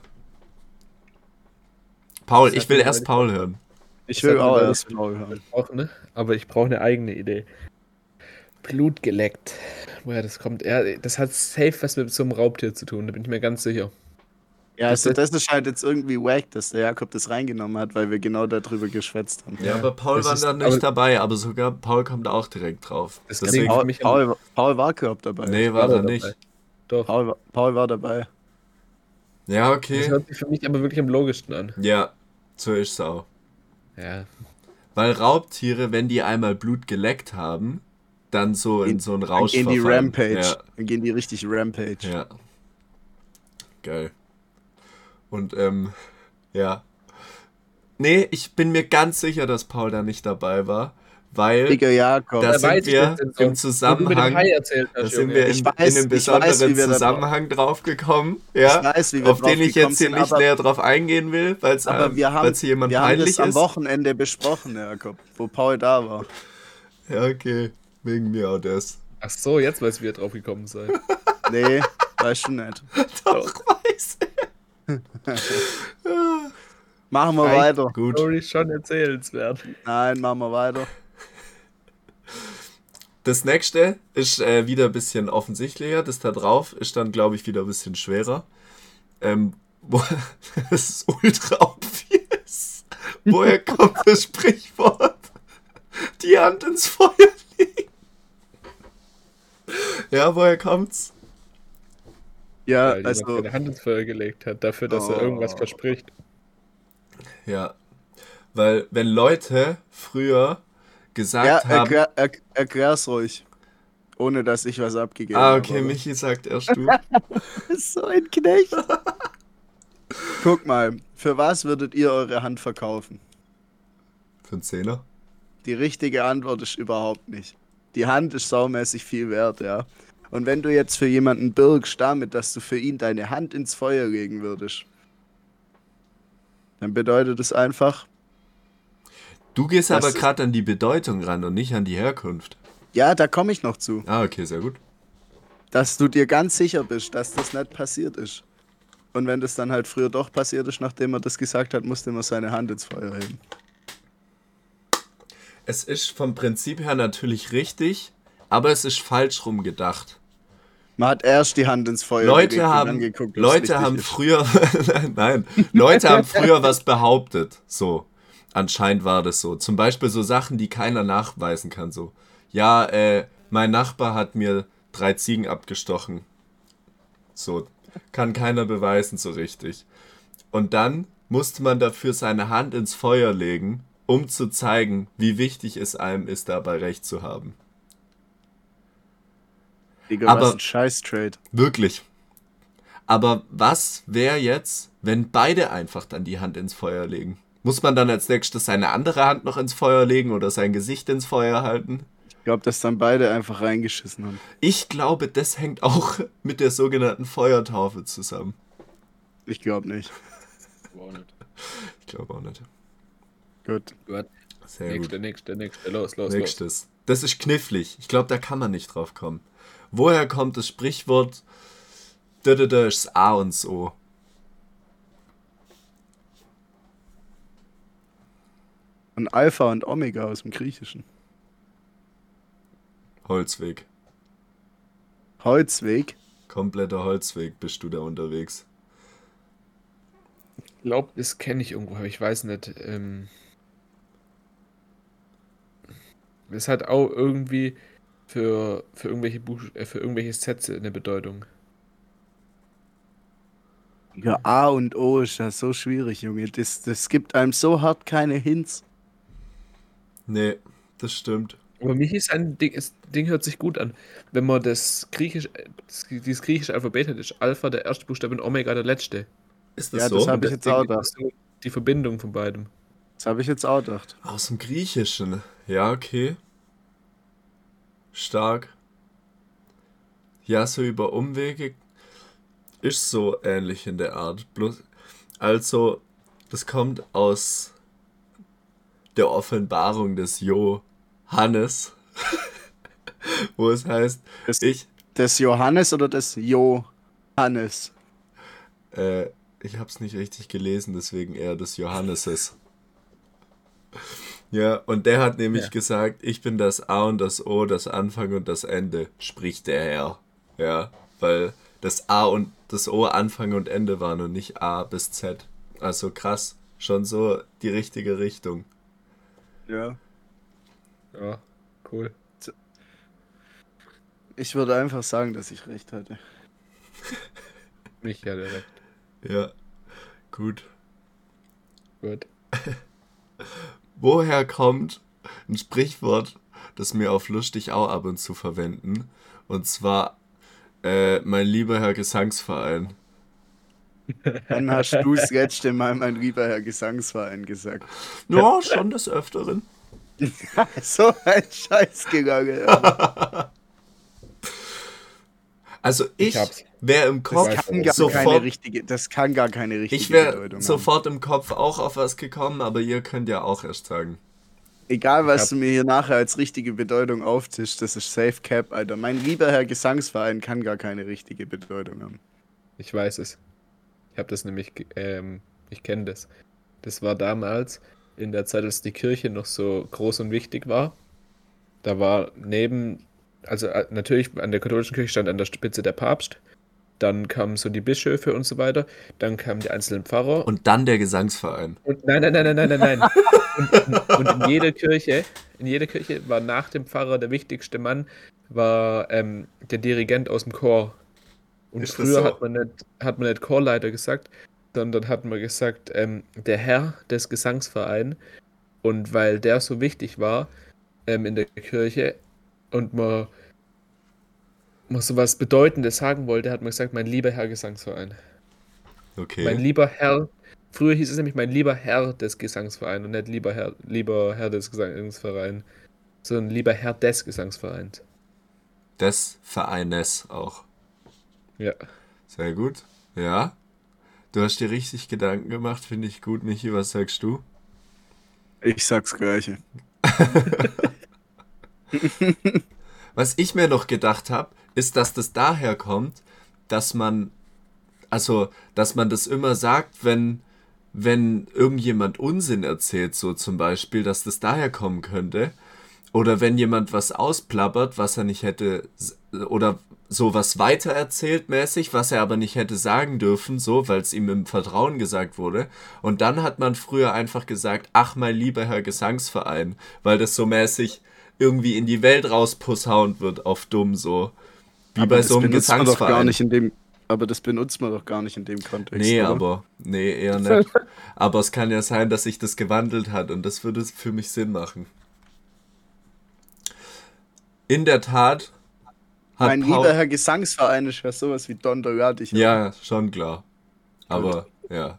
Paul, Das ich hat will mir erst neulich- Paul hören. Ich Das will hat mir auch neulich erst Paul hören. Auch, ne? Aber ich brauche eine eigene Idee. Blut geleckt. Woher das kommt? Ja, das hat safe was mit so einem Raubtier zu tun, da bin ich mir ganz sicher. Ja, also Das- das ist halt jetzt irgendwie wack, dass der Jakob das reingenommen hat, weil wir genau darüber geschwätzt haben. Ja, Ja, aber Paul das war ist- da nicht aber- dabei, aber sogar Paul kommt auch direkt drauf. Das Deswegen, klingt- Paul, mich am- Paul, Paul war glaub dabei. nee, war War er er nicht. dabei? Doch. Paul, war- Paul war dabei. Ja, Das okay. hört sich für mich aber wirklich am logischsten an. Ja, so ist es auch. Ja. Weil Raubtiere, wenn die einmal Blut geleckt haben, dann so in In- so einen Dann Rausch gehen die verfallen. Rampage. Dann gehen die richtig Rampage. Ja. ja. Geil. Und, ähm, ja. Nee, ich bin mir ganz sicher, dass Paul da nicht dabei war, weil Digga Jakob. da Wer sind weiß ich wir das denn im so? Wo du mit dem Zusammenhang, Hai erzählt da hast, sind Junge. wir in, Ich weiß- in einem ich weiß, besonderen wie wir da- Zusammenhang drauf gekommen, ja, Ich weiß, wie wir auf drauf den ich gekommen jetzt hier sind, nicht aber- näher drauf eingehen will, weil es Aber wir haben, hier jemand wir haben peinlich das am ist. Wochenende besprochen, Jakob, wo Paul da war. Ja, okay, wegen mir auch das. Ach so, jetzt weiß ich, wie ihr drauf gekommen seid. Nee, weißt du nicht. Doch, weiß. Machen wir Nein. weiter. Gut. Story schon erzählenswert. Nein, machen wir weiter. Das nächste ist äh, wieder ein bisschen offensichtlicher. Das da drauf ist dann, glaube ich, wieder ein bisschen schwerer. Ähm, wo, das ist ultra obvious. Woher kommt das Sprichwort? Die Hand ins Feuer legen. Ja, woher kommt's? Ja, Weil jemand also, seine Hand ins Feuer gelegt hat, dafür, dass er Oh. irgendwas verspricht. Ja, weil wenn Leute früher gesagt ja, haben... erklär, er, erklär's ruhig. Ohne, dass ich was abgegeben ah, habe. okay, aber- Michi sagt erst du. So ein Knecht. Guck mal, Für was würdet ihr eure Hand verkaufen? Für einen Zehner? Die richtige Antwort ist überhaupt nicht. Die Hand ist saumäßig viel wert, ja. Und wenn du jetzt für jemanden bürgst damit, dass du für ihn deine Hand ins Feuer legen würdest, dann bedeutet es einfach, Du gehst Das aber ist- gerade an die Bedeutung ran und nicht an die Herkunft. ja, da komme ich noch zu, Ah, okay, sehr gut. dass du dir ganz sicher bist, dass das nicht passiert ist. Und wenn das dann halt früher doch passiert ist, nachdem er das gesagt hat, musste man seine Hand ins Feuer heben. Es ist vom Prinzip her natürlich richtig, aber es ist falsch rum gedacht. Man hat erst die Hand ins Feuer Leute gelegt und haben, dann geguckt, ob's Leute richtig haben ist. früher, nein, Leute haben früher was behauptet, so. Anscheinend war das so. Zum Beispiel so Sachen, die keiner nachweisen kann, so. Ja, äh, mein Nachbar hat mir drei Ziegen abgestochen. So, kann keiner beweisen so richtig. Und dann musste man dafür seine Hand ins Feuer legen, um zu zeigen, wie wichtig es einem ist, dabei Recht zu haben. Digga, aber- was ein Scheiß-Trade. Wirklich. Aber was wäre jetzt, wenn beide einfach dann die Hand ins Feuer legen? Muss man dann als nächstes seine andere Hand noch ins Feuer legen oder sein Gesicht ins Feuer halten? Ich glaube, dass dann beide einfach reingeschissen haben. Ich glaube, das hängt auch mit der sogenannten Feuertaufe zusammen. Ich glaube nicht. Ich glaube auch nicht. Gut. Gut. Sehr Nächste, gut. nächste, nächste. Los, los, los. Nächstes. Das ist knifflig. Ich glaube, da kann man nicht drauf kommen. Woher kommt das Sprichwort, da, da, da ist A und das O? Und Alpha und Omega aus dem Griechischen. Holzweg. Holzweg. Kompletter Holzweg bist du da unterwegs. Ich glaube, das kenne ich irgendwo, aber ich weiß nicht. Ähm, es hat auch irgendwie für, für, irgendwelche Buch, äh, für irgendwelche Sätze eine Bedeutung. Ja, A und O ist ja so schwierig, Junge. Das, das gibt einem so hart keine Hints. Nee, das stimmt. Aber mir hieß ein Ding, das Ding hört sich gut an. Wenn man das griechisch, das, dieses griechische Alphabet hat, ist Alpha der erste Buchstabe und Omega der letzte. Ist das Ja, so? das hab ich jetzt Deswegen auch ist gedacht. das so die Verbindung von beidem. Das habe ich jetzt auch gedacht. Aus dem Griechischen. Ja, okay. Stark. Ja, so über Umwege ist so ähnlich in der Art. Bloß, also, das kommt aus der Offenbarung des Johannes, wo es heißt, Das, ich, das Johannes oder das Johannes? äh, ich hab's nicht richtig gelesen, deswegen eher des Johanneses. Ja, und der hat nämlich Ja. gesagt, ich bin das A und das O, das Anfang und das Ende, spricht der Herr. Ja, weil das A und das O Anfang und Ende waren und nicht A bis Z. Also krass, schon so die richtige Richtung. Ja. Ja, cool. Ich würde einfach sagen, dass ich recht hatte. Mich ja direkt. Ja, gut. Gut. Woher kommt ein Sprichwort, das wir auf Lustig auch ab und zu verwenden? Und zwar, äh, mein lieber Herr Gesangsverein. Dann hast du das letzte Mal, mein lieber Herr Gesangsverein, gesagt. Ja, schon des Öfteren. So ein Scheißgegange. Ja. Also ich, Ich hab's. wäre im Kopf weiß Kann gar sofort, keine richtige, das kann gar keine richtige ich wäre Bedeutung sofort im Kopf auch auf was gekommen, aber ihr könnt ja auch erst sagen. haben. Egal, was hab- du mir hier nachher als richtige Bedeutung auftischst, das ist Safe Cap, Alter. Mein lieber Herr Gesangsverein kann gar keine richtige Bedeutung haben. Ich weiß es. Ich habe das nämlich, ge- ähm, ich kenne das. Das war damals in der Zeit, als die Kirche noch so groß und wichtig war. Da war neben, also äh, natürlich an der katholischen Kirche stand an der Spitze der Papst. Dann kamen so die Bischöfe und so weiter. Dann kamen die einzelnen Pfarrer. Und dann der Gesangsverein. Und nein, nein, nein, nein, nein, nein, nein. Und, und in jeder Kirche, in jeder Kirche war nach dem Pfarrer der wichtigste Mann, war ähm, der Dirigent aus dem Chor. Und Ist das früher so? hat man nicht, hat man nicht Chorleiter gesagt, sondern hat man gesagt, ähm, der Herr des Gesangsvereins. Und weil der so wichtig war ähm, in der Kirche und man, man so was Bedeutendes sagen wollte, hat man gesagt, mein lieber Herr Gesangsverein. Mein Okay. lieber Herr Früher hieß es nämlich mein lieber Herr des Gesangsvereins und nicht lieber Herr, lieber Herr des Gesangsvereins, sondern lieber Herr des Gesangsvereins. Des Vereines auch. Ja. Sehr gut. Ja. Du hast dir richtig Gedanken gemacht, finde ich gut. Michi, was sagst du? Ich sag's Gleiche. Was ich mir noch gedacht habe, ist, dass das daher kommt, dass man, also, dass man das immer sagt, wenn, wenn irgendjemand Unsinn erzählt, so zum Beispiel, dass das daher kommen könnte. Oder wenn jemand was ausplappert, was er nicht hätte, oder so was weitererzählt mäßig, was er aber nicht hätte sagen dürfen, so, weil es ihm im Vertrauen gesagt wurde. Und dann hat man früher einfach gesagt, ach, mein lieber Herr Gesangsverein, weil das so mäßig irgendwie in die Welt rausposaunt wird auf dumm, so. Wie aber bei das so einem benutzt man doch gar Gesangsverein. nicht in dem, aber das benutzt man doch gar nicht in dem Kontext. Nee, oder? aber, nee, eher nicht. Aber es kann ja sein, dass sich das gewandelt hat und das würde für mich Sinn machen. In der Tat hat Mein Paul... lieber Herr Gesangsverein ist ja sowas wie Don Dorati. Ja, schon klar. Aber, ja.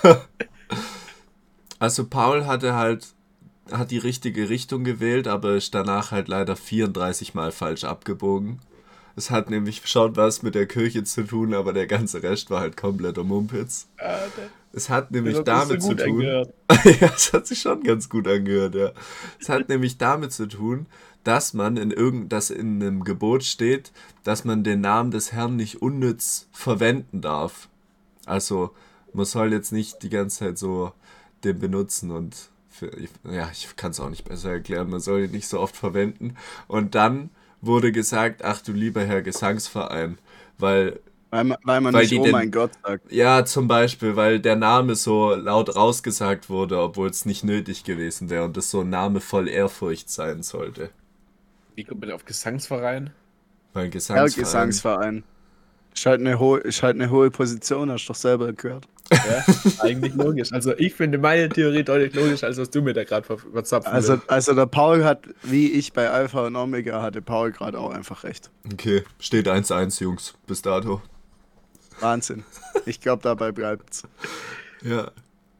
Also Paul hatte halt, hat die richtige Richtung gewählt, aber ist danach halt leider vierunddreißig Mal falsch abgebogen. Es hat nämlich schon was mit der Kirche zu tun, aber der ganze Rest war halt kompletter Mumpitz. Ah, der, Es hat nämlich das hat sich damit so zu gut tun... angehört. Ja, es hat sich schon ganz gut angehört, ja. Es hat nämlich damit zu tun, dass man in irgend, dass in einem Gebot steht, dass man den Namen des Herrn nicht unnütz verwenden darf. Also man soll jetzt nicht die ganze Zeit so den benutzen und für, ja, ich kann es auch nicht besser erklären, man soll ihn nicht so oft verwenden. Und dann wurde gesagt, ach du lieber Herr Gesangsverein, weil Weil man, weil man Weil nicht die oh den- mein Gott sagt. ja, zum Beispiel, weil der Name so laut rausgesagt wurde, obwohl es nicht nötig gewesen wäre und das so ein Name voll Ehrfurcht sein sollte. Wie kommt man auf Gesangsverein? Weil Herr Gesangsverein... Gesangsverein. Ist halt eine hohe, ist halt eine hohe Position, hast du doch selber gehört. Ja, eigentlich logisch. Also ich finde meine Theorie deutlich logischer, als was du mir da gerade verzapfen Also, willst. also der Paul hat, wie ich bei Alpha und Omega, hatte Paul gerade auch einfach recht. Okay, steht eins eins, Jungs, bis dato. Wahnsinn. Ich glaube, dabei bleibt's. Ja.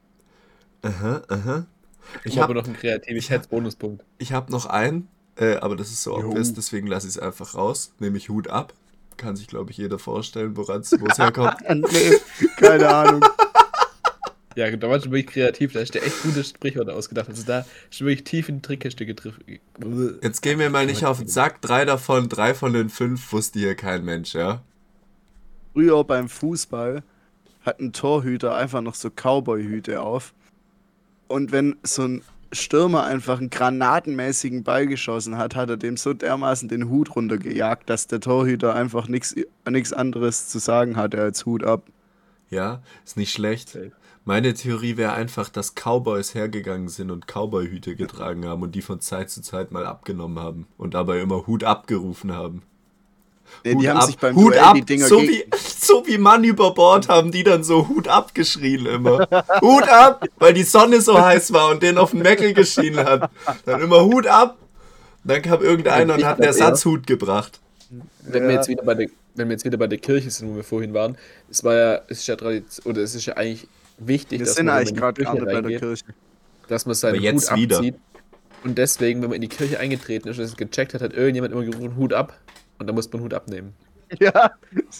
Aha, aha. Ich Ich habe habe noch einen kreativen, ich hätte Bonuspunkt. ich hab noch einen, äh, aber das ist so Jo. obvious, deswegen lasse ich es einfach raus. Nämlich Hut ab. Kann sich, glaube ich, jeder vorstellen, woran's, wo es herkommt. Nee, keine Ahnung. Ja, da war schon wirklich kreativ, da hast du echt gute Sprichwörter ausgedacht. Also da hast du wirklich tief in die Trickkiste getroffen. Jetzt gehen wir mal nicht auf den Sack. Drei davon, drei von den fünf wusste hier kein Mensch, ja? Früher beim Fußball hat ein Torhüter einfach noch so Cowboy-Hüte auf. Und wenn so ein Stürmer einfach einen granatenmäßigen Ball geschossen hat, hat er dem so dermaßen den Hut runtergejagt, dass der Torhüter einfach nichts anderes zu sagen hatte als Hut ab. Ja, ist nicht schlecht. Safe. Meine Theorie wäre einfach, dass Cowboys hergegangen sind und Cowboy-Hüte getragen haben und die von Zeit zu Zeit mal abgenommen haben und dabei immer Hut abgerufen haben. Nee, Hut die haben ab, sich beim Hut Duell ab, die Dinger so geg- wie, so wie Mann über Bord haben die dann so Hut ab geschrien immer. Hut ab, weil die Sonne so heiß war und den auf den Meckel geschienen hat. Dann immer Hut ab. Dann kam irgendeiner und hat einen Ersatzhut gebracht. Wenn wir Ja. jetzt wieder bei der, wenn wir jetzt wieder bei der Kirche sind, wo wir vorhin waren, es war ja, es ist ja Tradition, oder es ist ja eigentlich wichtig, Wir dass sind man, wenn eigentlich man in gerade die gar nicht bei der reingeht, Kirche. dass man seinen Aber jetzt Hut wieder. abzieht. Und deswegen, wenn man in die Kirche eingetreten ist und es gecheckt hat, hat irgendjemand immer gerufen, Hut ab. Und dann muss man Hut abnehmen. Ja,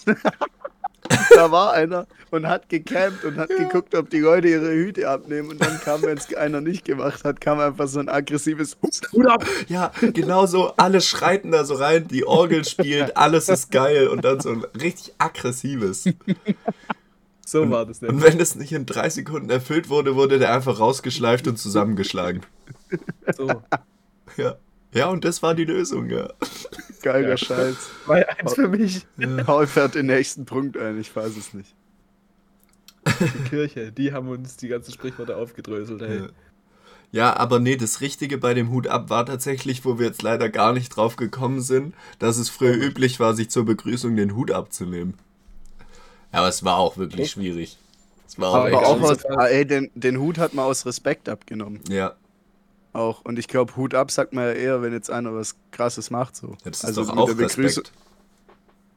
da war einer und hat gecampt und hat geguckt, ob die Leute ihre Hüte abnehmen. Und dann kam, wenn es einer nicht gemacht hat, kam einfach so ein aggressives Hut ab. Ja, genau so. Alle schreiten da so rein, die Orgel spielt, alles ist geil und dann so ein richtig aggressives. So war das Und nicht. wenn es nicht in drei Sekunden erfüllt wurde, wurde der einfach rausgeschleift und zusammengeschlagen. So. Ja. Ja, und das war die Lösung, ja. Geiler Ja. Scheiß. War ja eins für mich. Paul fährt den nächsten Punkt ein, ich weiß es nicht. Die Kirche, die haben uns die ganzen Sprichwörter aufgedröselt, hey. Ja, aber nee, das Richtige bei dem Hut ab war tatsächlich, wo wir jetzt leider gar nicht drauf gekommen sind, dass es früher üblich war, sich zur Begrüßung den Hut abzunehmen. Aber es war auch wirklich schwierig. Es war auch Aber echt Aber auch egal. schwierig. aus, ah, ey, den, den Hut hat man aus Respekt abgenommen. Ja, Auch. Und ich glaube, Hut ab sagt man ja eher, wenn jetzt einer was Krasses macht. So. das ist also doch mit auch der Begrüßung. Respekt.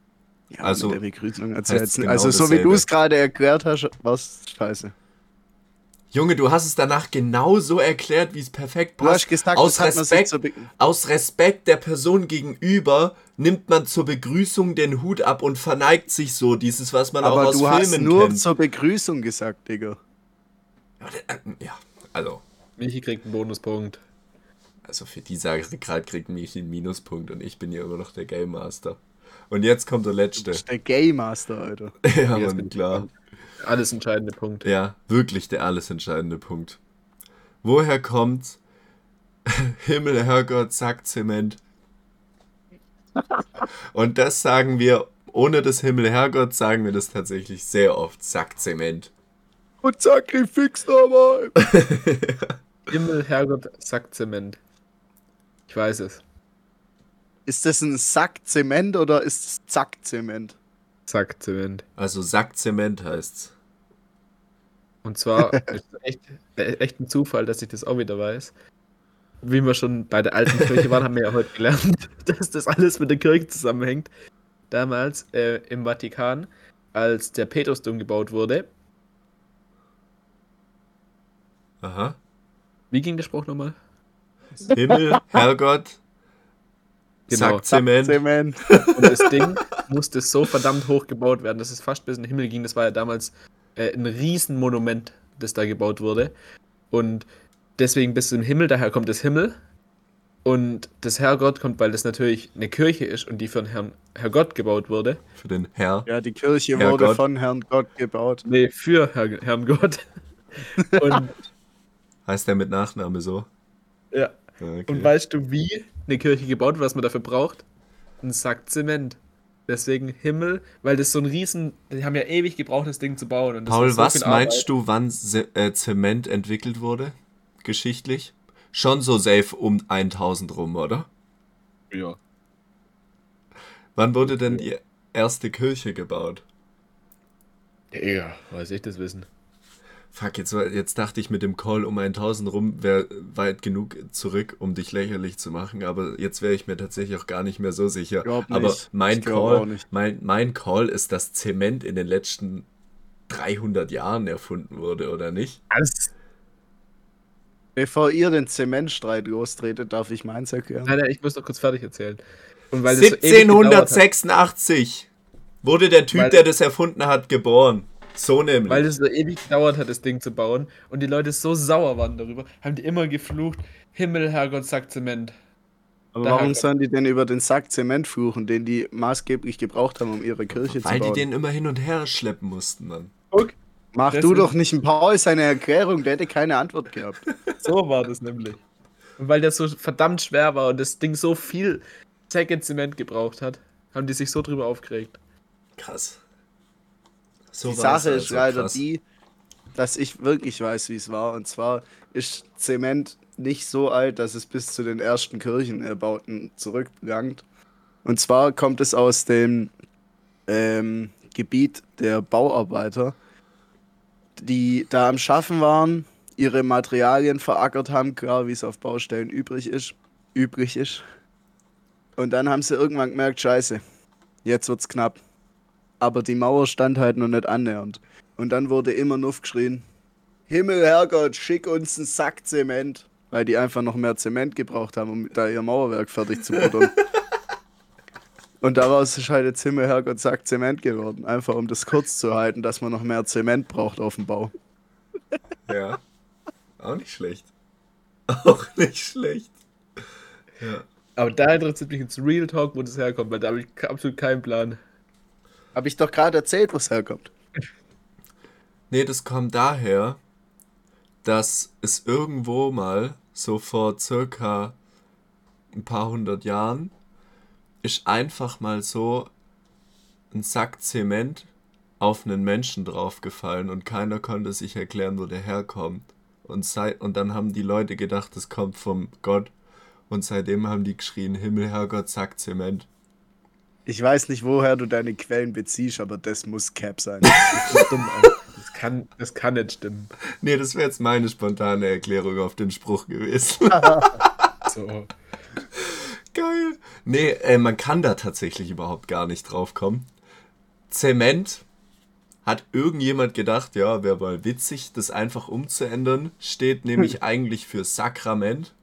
Ja, also, mit der Begrüßung heißt erzählst genau Also so wie dasselbe. du es gerade erklärt hast, war es scheiße. Junge, du hast es danach genau so erklärt, wie es perfekt Du passt. hast gesagt, aus, das hat man sich Respekt, zur Be- aus Respekt der Person gegenüber nimmt man zur Begrüßung den Hut ab und verneigt sich so. Dieses, was man Aber auch aus du hast Filmen nur kennt. zur Begrüßung gesagt, Digga. Ja, der- äh, ja, also, Michi kriegt einen Bonuspunkt. also für die Sache gerade kriegt mich einen Minuspunkt und ich bin hier immer noch der Game Master. Und jetzt kommt der Du letzte. bist der Game Master, Alter. Ja, Jetzt Mann, bin ich klar. gespannt. Alles entscheidende Punkt. Ja, wirklich der alles entscheidende Punkt. Woher kommt Himmel, Herrgott, Sack, Zement? Und das sagen wir, ohne das Himmel, Herrgott, sagen wir das tatsächlich sehr oft. Sack, Zement. Und Sakrifix nochmal. Himmel, Herrgott, Sack Zement. Ich weiß es. Ist das ein Sack Zement oder ist es Zack Zement? Sack Zement. Also Sack, Zement heißt's. Und zwar ist es echt, äh, echt ein Zufall, dass ich das auch wieder weiß. Wie wir schon bei der alten Kirche waren, haben wir ja heute gelernt, dass das alles mit der Kirche zusammenhängt. Damals äh, im Vatikan, als der Petersdom gebaut wurde. Aha. Wie ging der Spruch nochmal? Himmel, Herrgott, Genau. Sack, Zement. Zement. Und das Ding musste so verdammt hoch gebaut werden, dass es fast bis in den Himmel ging. Das war ja damals äh, ein Riesenmonument, das da gebaut wurde. Und deswegen bis zum Himmel, daher kommt das Himmel. Und das Herrgott kommt, weil das natürlich eine Kirche ist und die für den Herrn, Herrgott gebaut wurde. Für den Herr. Ja, die Kirche Herrgott. wurde von Herrn Gott gebaut. Nee, für Herr, Herrn Gott. Und, Heißt der mit Nachname so? ja. Okay. Und weißt du, wie eine Kirche gebaut wird, was man dafür braucht? Ein Sack Zement. Deswegen Himmel, weil das so ein Riesen. Die haben ja ewig gebraucht, das Ding zu bauen. Und das Paul, war so was viel meinst Arbeit. du, wann Se äh, Zement entwickelt wurde? Geschichtlich? Schon so safe um tausend rum, oder? Ja. Wann wurde denn die erste Kirche gebaut? Ja, weiß ich das wissen. Fuck, jetzt, war- jetzt dachte ich mit dem Call um tausend rum wäre weit genug zurück, um dich lächerlich zu machen, aber jetzt wäre ich mir tatsächlich auch gar nicht mehr so sicher. Glaub nicht. Aber mein Ich glaub auch Call, nicht. mein, mein Call ist, dass Zement in den letzten dreihundert Jahren erfunden wurde, oder nicht? Alles. Bevor ihr den Zementstreit lostretet, darf ich meins erklären. Nein, nein, ich muss noch kurz fertig erzählen. Und weil das so ewig gedauert hat- siebzehnhundertsechsundachtzig wurde der Typ, Weil- der das erfunden hat, geboren. So nämlich. Weil es so ewig gedauert hat, das Ding zu bauen und die Leute so sauer waren darüber, haben die immer geflucht, Himmel, Herrgott, Sack Zement. Aber daher warum kommt- sollen die denn über den Sack Zement fluchen, den die maßgeblich gebraucht haben, um ihre Kirche Weil zu die bauen? den immer hin und her schleppen mussten dann. Guck, Mach das du ist- doch nicht ein Paul seine Erklärung, der hätte keine Antwort gehabt. so war das nämlich. Und weil der so verdammt schwer war und das Ding so viel Säcke Zement gebraucht hat, haben die sich so drüber aufgeregt. Krass. So Die war es Sache ist also, leider krass. die, dass ich wirklich weiß, wie es war. Und zwar ist Zement nicht so alt, dass es bis zu den ersten Kirchenerbauten zurücklangt. Und zwar kommt es aus dem ähm, Gebiet der Bauarbeiter, die da am Schaffen waren, ihre Materialien verackert haben, klar, wie es auf Baustellen übrig ist. Übrig ist. Und dann haben sie irgendwann gemerkt, scheiße, jetzt wird's knapp. Aber die Mauer stand halt noch nicht annähernd. Und dann wurde immer nur geschrien, Himmel, Herrgott, schick uns einen Sack Zement. Weil die einfach noch mehr Zement gebraucht haben, um da ihr Mauerwerk fertig zu buttern. Und daraus ist halt jetzt Himmel, Herrgott, Sack Zement geworden. Einfach um das kurz zu halten, dass man noch mehr Zement braucht auf dem Bau. Ja. Auch nicht schlecht. Auch nicht schlecht. Ja. Aber da interessiert mich jetzt Real Talk, wo das herkommt, weil da habe ich absolut keinen Plan. Hab ich doch gerade erzählt, wo es herkommt. Nee, das kommt daher, dass es irgendwo mal, so vor circa ein paar hundert Jahren, ist einfach mal so ein Sack Zement auf einen Menschen draufgefallen und keiner konnte sich erklären, wo der herkommt. Und, sei, und dann haben die Leute gedacht, das kommt vom Gott. Und seitdem haben die geschrien, Himmel, Herrgott, Sack Zement. Ich weiß nicht, woher du deine Quellen beziehst, aber das muss Cap sein. Das ist dumm, Alter. Das kann, das kann nicht stimmen. Nee, das wäre jetzt meine spontane Erklärung auf den Spruch gewesen. So. Geil. Nee, äh, man kann da tatsächlich überhaupt gar nicht drauf kommen. Zement hat irgendjemand gedacht, ja, wäre mal witzig, das einfach umzuändern. Steht nämlich eigentlich für Sakrament.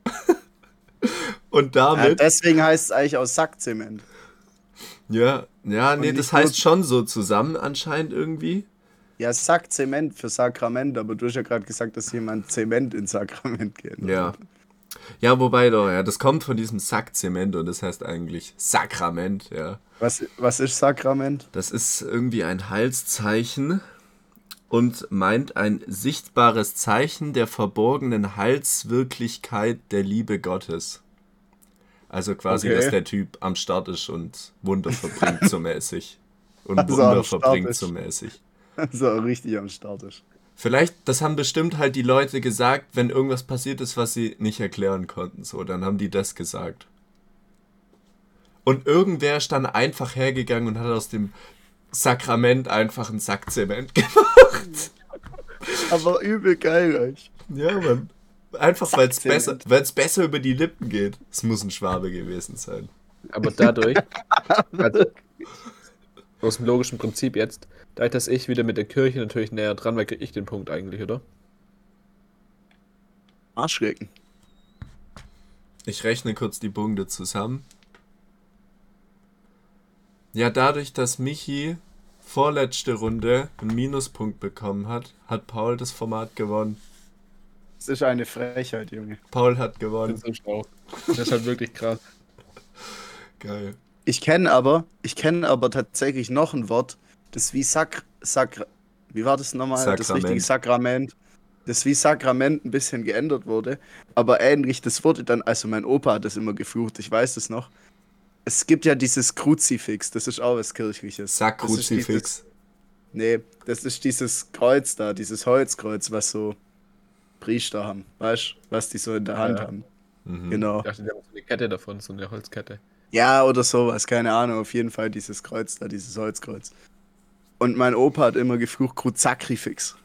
Und Ja, damit, deswegen heißt es eigentlich aus Sackzement. ja, ja, nee, Und das nicht nur- heißt schon so zusammen anscheinend irgendwie. Ja, Sackzement für Sakrament, aber du hast ja gerade gesagt, dass jemand Zement in Sakrament geändert Ja. hat. Ja, wobei doch, ja, das kommt von diesem Sackzement und das heißt eigentlich Sakrament, ja. Was, was ist Sakrament? Das ist irgendwie ein Heilszeichen und meint ein sichtbares Zeichen der verborgenen Heilswirklichkeit der Liebe Gottes. Also quasi, Okay. dass der Typ am Start ist und Wunder verbringt so mäßig. Und Also Wunder am Start verbringt ist. so mäßig. So richtig am Start ist. Vielleicht, das haben bestimmt halt die Leute gesagt, wenn irgendwas passiert ist, was sie nicht erklären konnten. So, dann haben die das gesagt. Und irgendwer ist dann einfach hergegangen und hat aus dem Sakrament einfach einen Sack Zement gemacht. Aber übel geil, euch. Ja, Mann. Einfach, weil es besser, Sackzement. weil's besser über die Lippen geht. Es muss ein Schwabe gewesen sein. Aber dadurch, also aus dem logischen Prinzip jetzt, dadurch, dass ich wieder mit der Kirche natürlich näher dran war, krieg ich den Punkt eigentlich, oder? Arschrecken. Ich rechne kurz die Punkte zusammen. Ja, dadurch, dass Michi vorletzte Runde einen Minuspunkt bekommen hat, hat Paul das Format gewonnen. Das ist eine Frechheit, Junge. Paul hat Ich gewonnen. bin so schlau. Das ist halt wirklich krass. Geil. Ich kenne aber, ich kenne aber tatsächlich noch ein Wort, das wie Sak, Sakra, wie war das nochmal? Das Sakrament. richtige Sakrament. Das wie Sakrament ein bisschen geändert wurde, aber ähnlich, das wurde dann, also mein Opa hat das immer geflucht, ich weiß es noch. Es gibt ja dieses Kruzifix, das ist auch was Kirchliches. Das ist dieses, Sackkruzifix. nee, das ist dieses Kreuz da, dieses Holzkreuz, was so Priester haben, weißt du, was die so in der Ja, Hand ja. haben. Mhm. Genau. Ich dachte, die haben so eine Kette davon, so eine Holzkette. Ja, oder sowas, keine Ahnung. Auf jeden Fall dieses Kreuz da, dieses Holzkreuz. Und mein Opa hat immer geflucht, Kruzifix.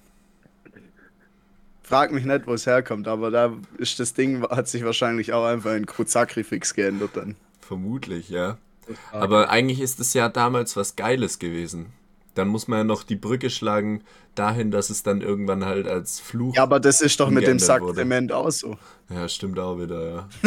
Frag mich nicht, wo es herkommt, aber da ist das Ding, hat sich wahrscheinlich auch einfach in Kruzifix geändert dann. Vermutlich, ja. Aber eigentlich ist es ja damals was Geiles gewesen. Dann muss man ja noch die Brücke schlagen dahin, dass es dann irgendwann halt als Fluch... Ja, aber das ist doch mit dem Umgeändert wurde. Sakrament auch so. Ja, stimmt auch wieder, ja.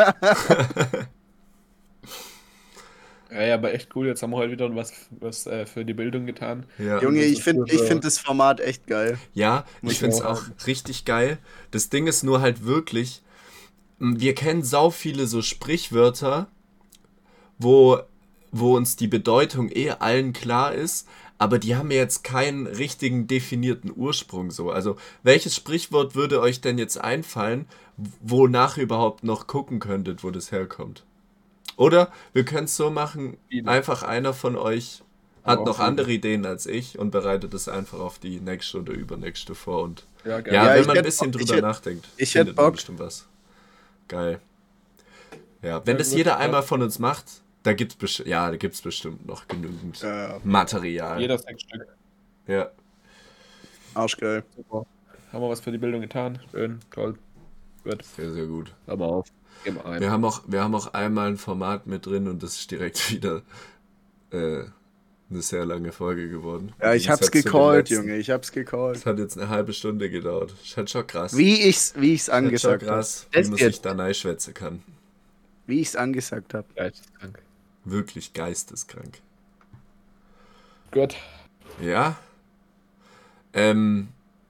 Ja, ja, aber echt cool. Jetzt haben wir heute wieder was, was äh, für die Bildung getan. Ja, Junge, das ich ist finde für- ich find das Format echt geil. ja Muss ich ich finde es auch auch richtig geil. Das Ding ist nur halt wirklich, m, wir kennen sau viele so Sprichwörter, wo, wo uns die Bedeutung eh allen klar ist, aber die haben jetzt keinen richtigen definierten Ursprung so. Also welches Sprichwort würde euch denn jetzt einfallen, wonach ihr überhaupt noch gucken könntet, wo das herkommt? Oder wir können es so machen, Viele. einfach einer von euch hat Aber auch noch viele. andere Ideen als ich und bereitet es einfach auf die nächste oder übernächste vor. Und Ja, geil. ja, Ja, wenn ich man ein hätt bisschen Bock- ich drüber hätt- nachdenkt, ich findet hätt man Bock. bestimmt was. Geil. Ja, wenn Ja, das gut, jeder ja. einmal von uns macht, da gibt's besti- ja, da gibt's bestimmt noch genügend Ja, Material. Jeder sechs Stück. Ja. arschgeil. Super. Haben wir was für die Bildung getan? Schön, toll. Gut. Sehr, sehr gut. Aber auf. Gehen wir ein. Wir haben auch, wir haben auch einmal ein Format mit drin und das ist direkt wieder äh, eine sehr lange Folge geworden. Ja, Im ich hab's Gegensatz zu dem gecallt, letzten. Junge, ich hab's gecallt. Das hat jetzt eine halbe Stunde gedauert. Das ist halt schon krass. Wie ich's, wie ich's Das ist halt schon angesagt habe. krass, Das wie man jetzt. sich da reinschwätzen kann. Wie ich's angesagt habe. Geisteskrank. Wirklich geisteskrank. Gut. Ja. Ähm,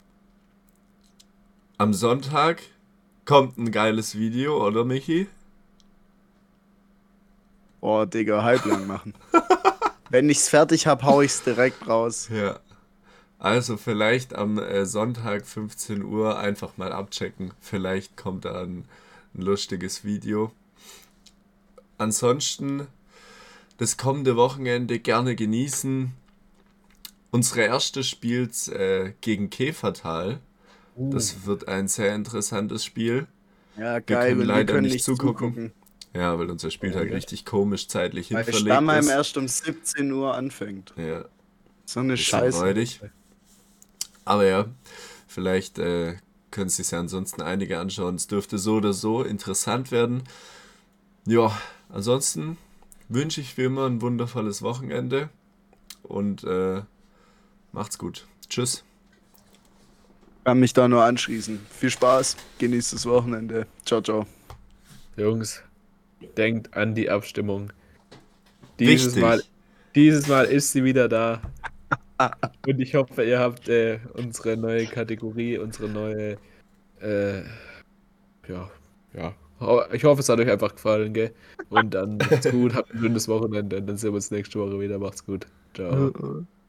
am Sonntag kommt ein geiles Video, oder Michi? Boah, Digga, halblang machen. Wenn ich's fertig hab, hau ich's direkt raus. Ja. Also vielleicht am äh, Sonntag fünfzehn Uhr einfach mal abchecken. Vielleicht kommt da ein, ein lustiges Video. Ansonsten das kommende Wochenende gerne genießen. Unsere erste spielt äh, gegen Käfertal. Das wird ein sehr interessantes Spiel. Ja, geil, können und leider wir können nicht nicht zugucken. zugucken. Ja, weil unser Spieltag Ja. richtig komisch zeitlich Weil hinverlegt Stammheim ist. erst um siebzehn Uhr anfängt. Ja, So eine bisschen Scheiße. räudig. Aber ja, vielleicht äh, können sich ja ansonsten einige anschauen. Es dürfte so oder so interessant werden. Ja, ansonsten wünsche ich wie immer ein wundervolles Wochenende. Und äh, Macht's gut. Tschüss. Kann mich da nur anschließen. Viel Spaß, genießt das Wochenende. Ciao, ciao. Jungs, denkt an die Abstimmung. Dieses Wichtig. Mal, dieses Mal ist sie wieder da. Und ich hoffe, ihr habt äh, unsere neue Kategorie, unsere neue, äh, ja, ja. Ho- Ich hoffe, es hat euch einfach gefallen, gell? Und dann macht's gut, habt ein schönes Wochenende und dann sehen wir uns nächste Woche wieder. Macht's gut. Ciao.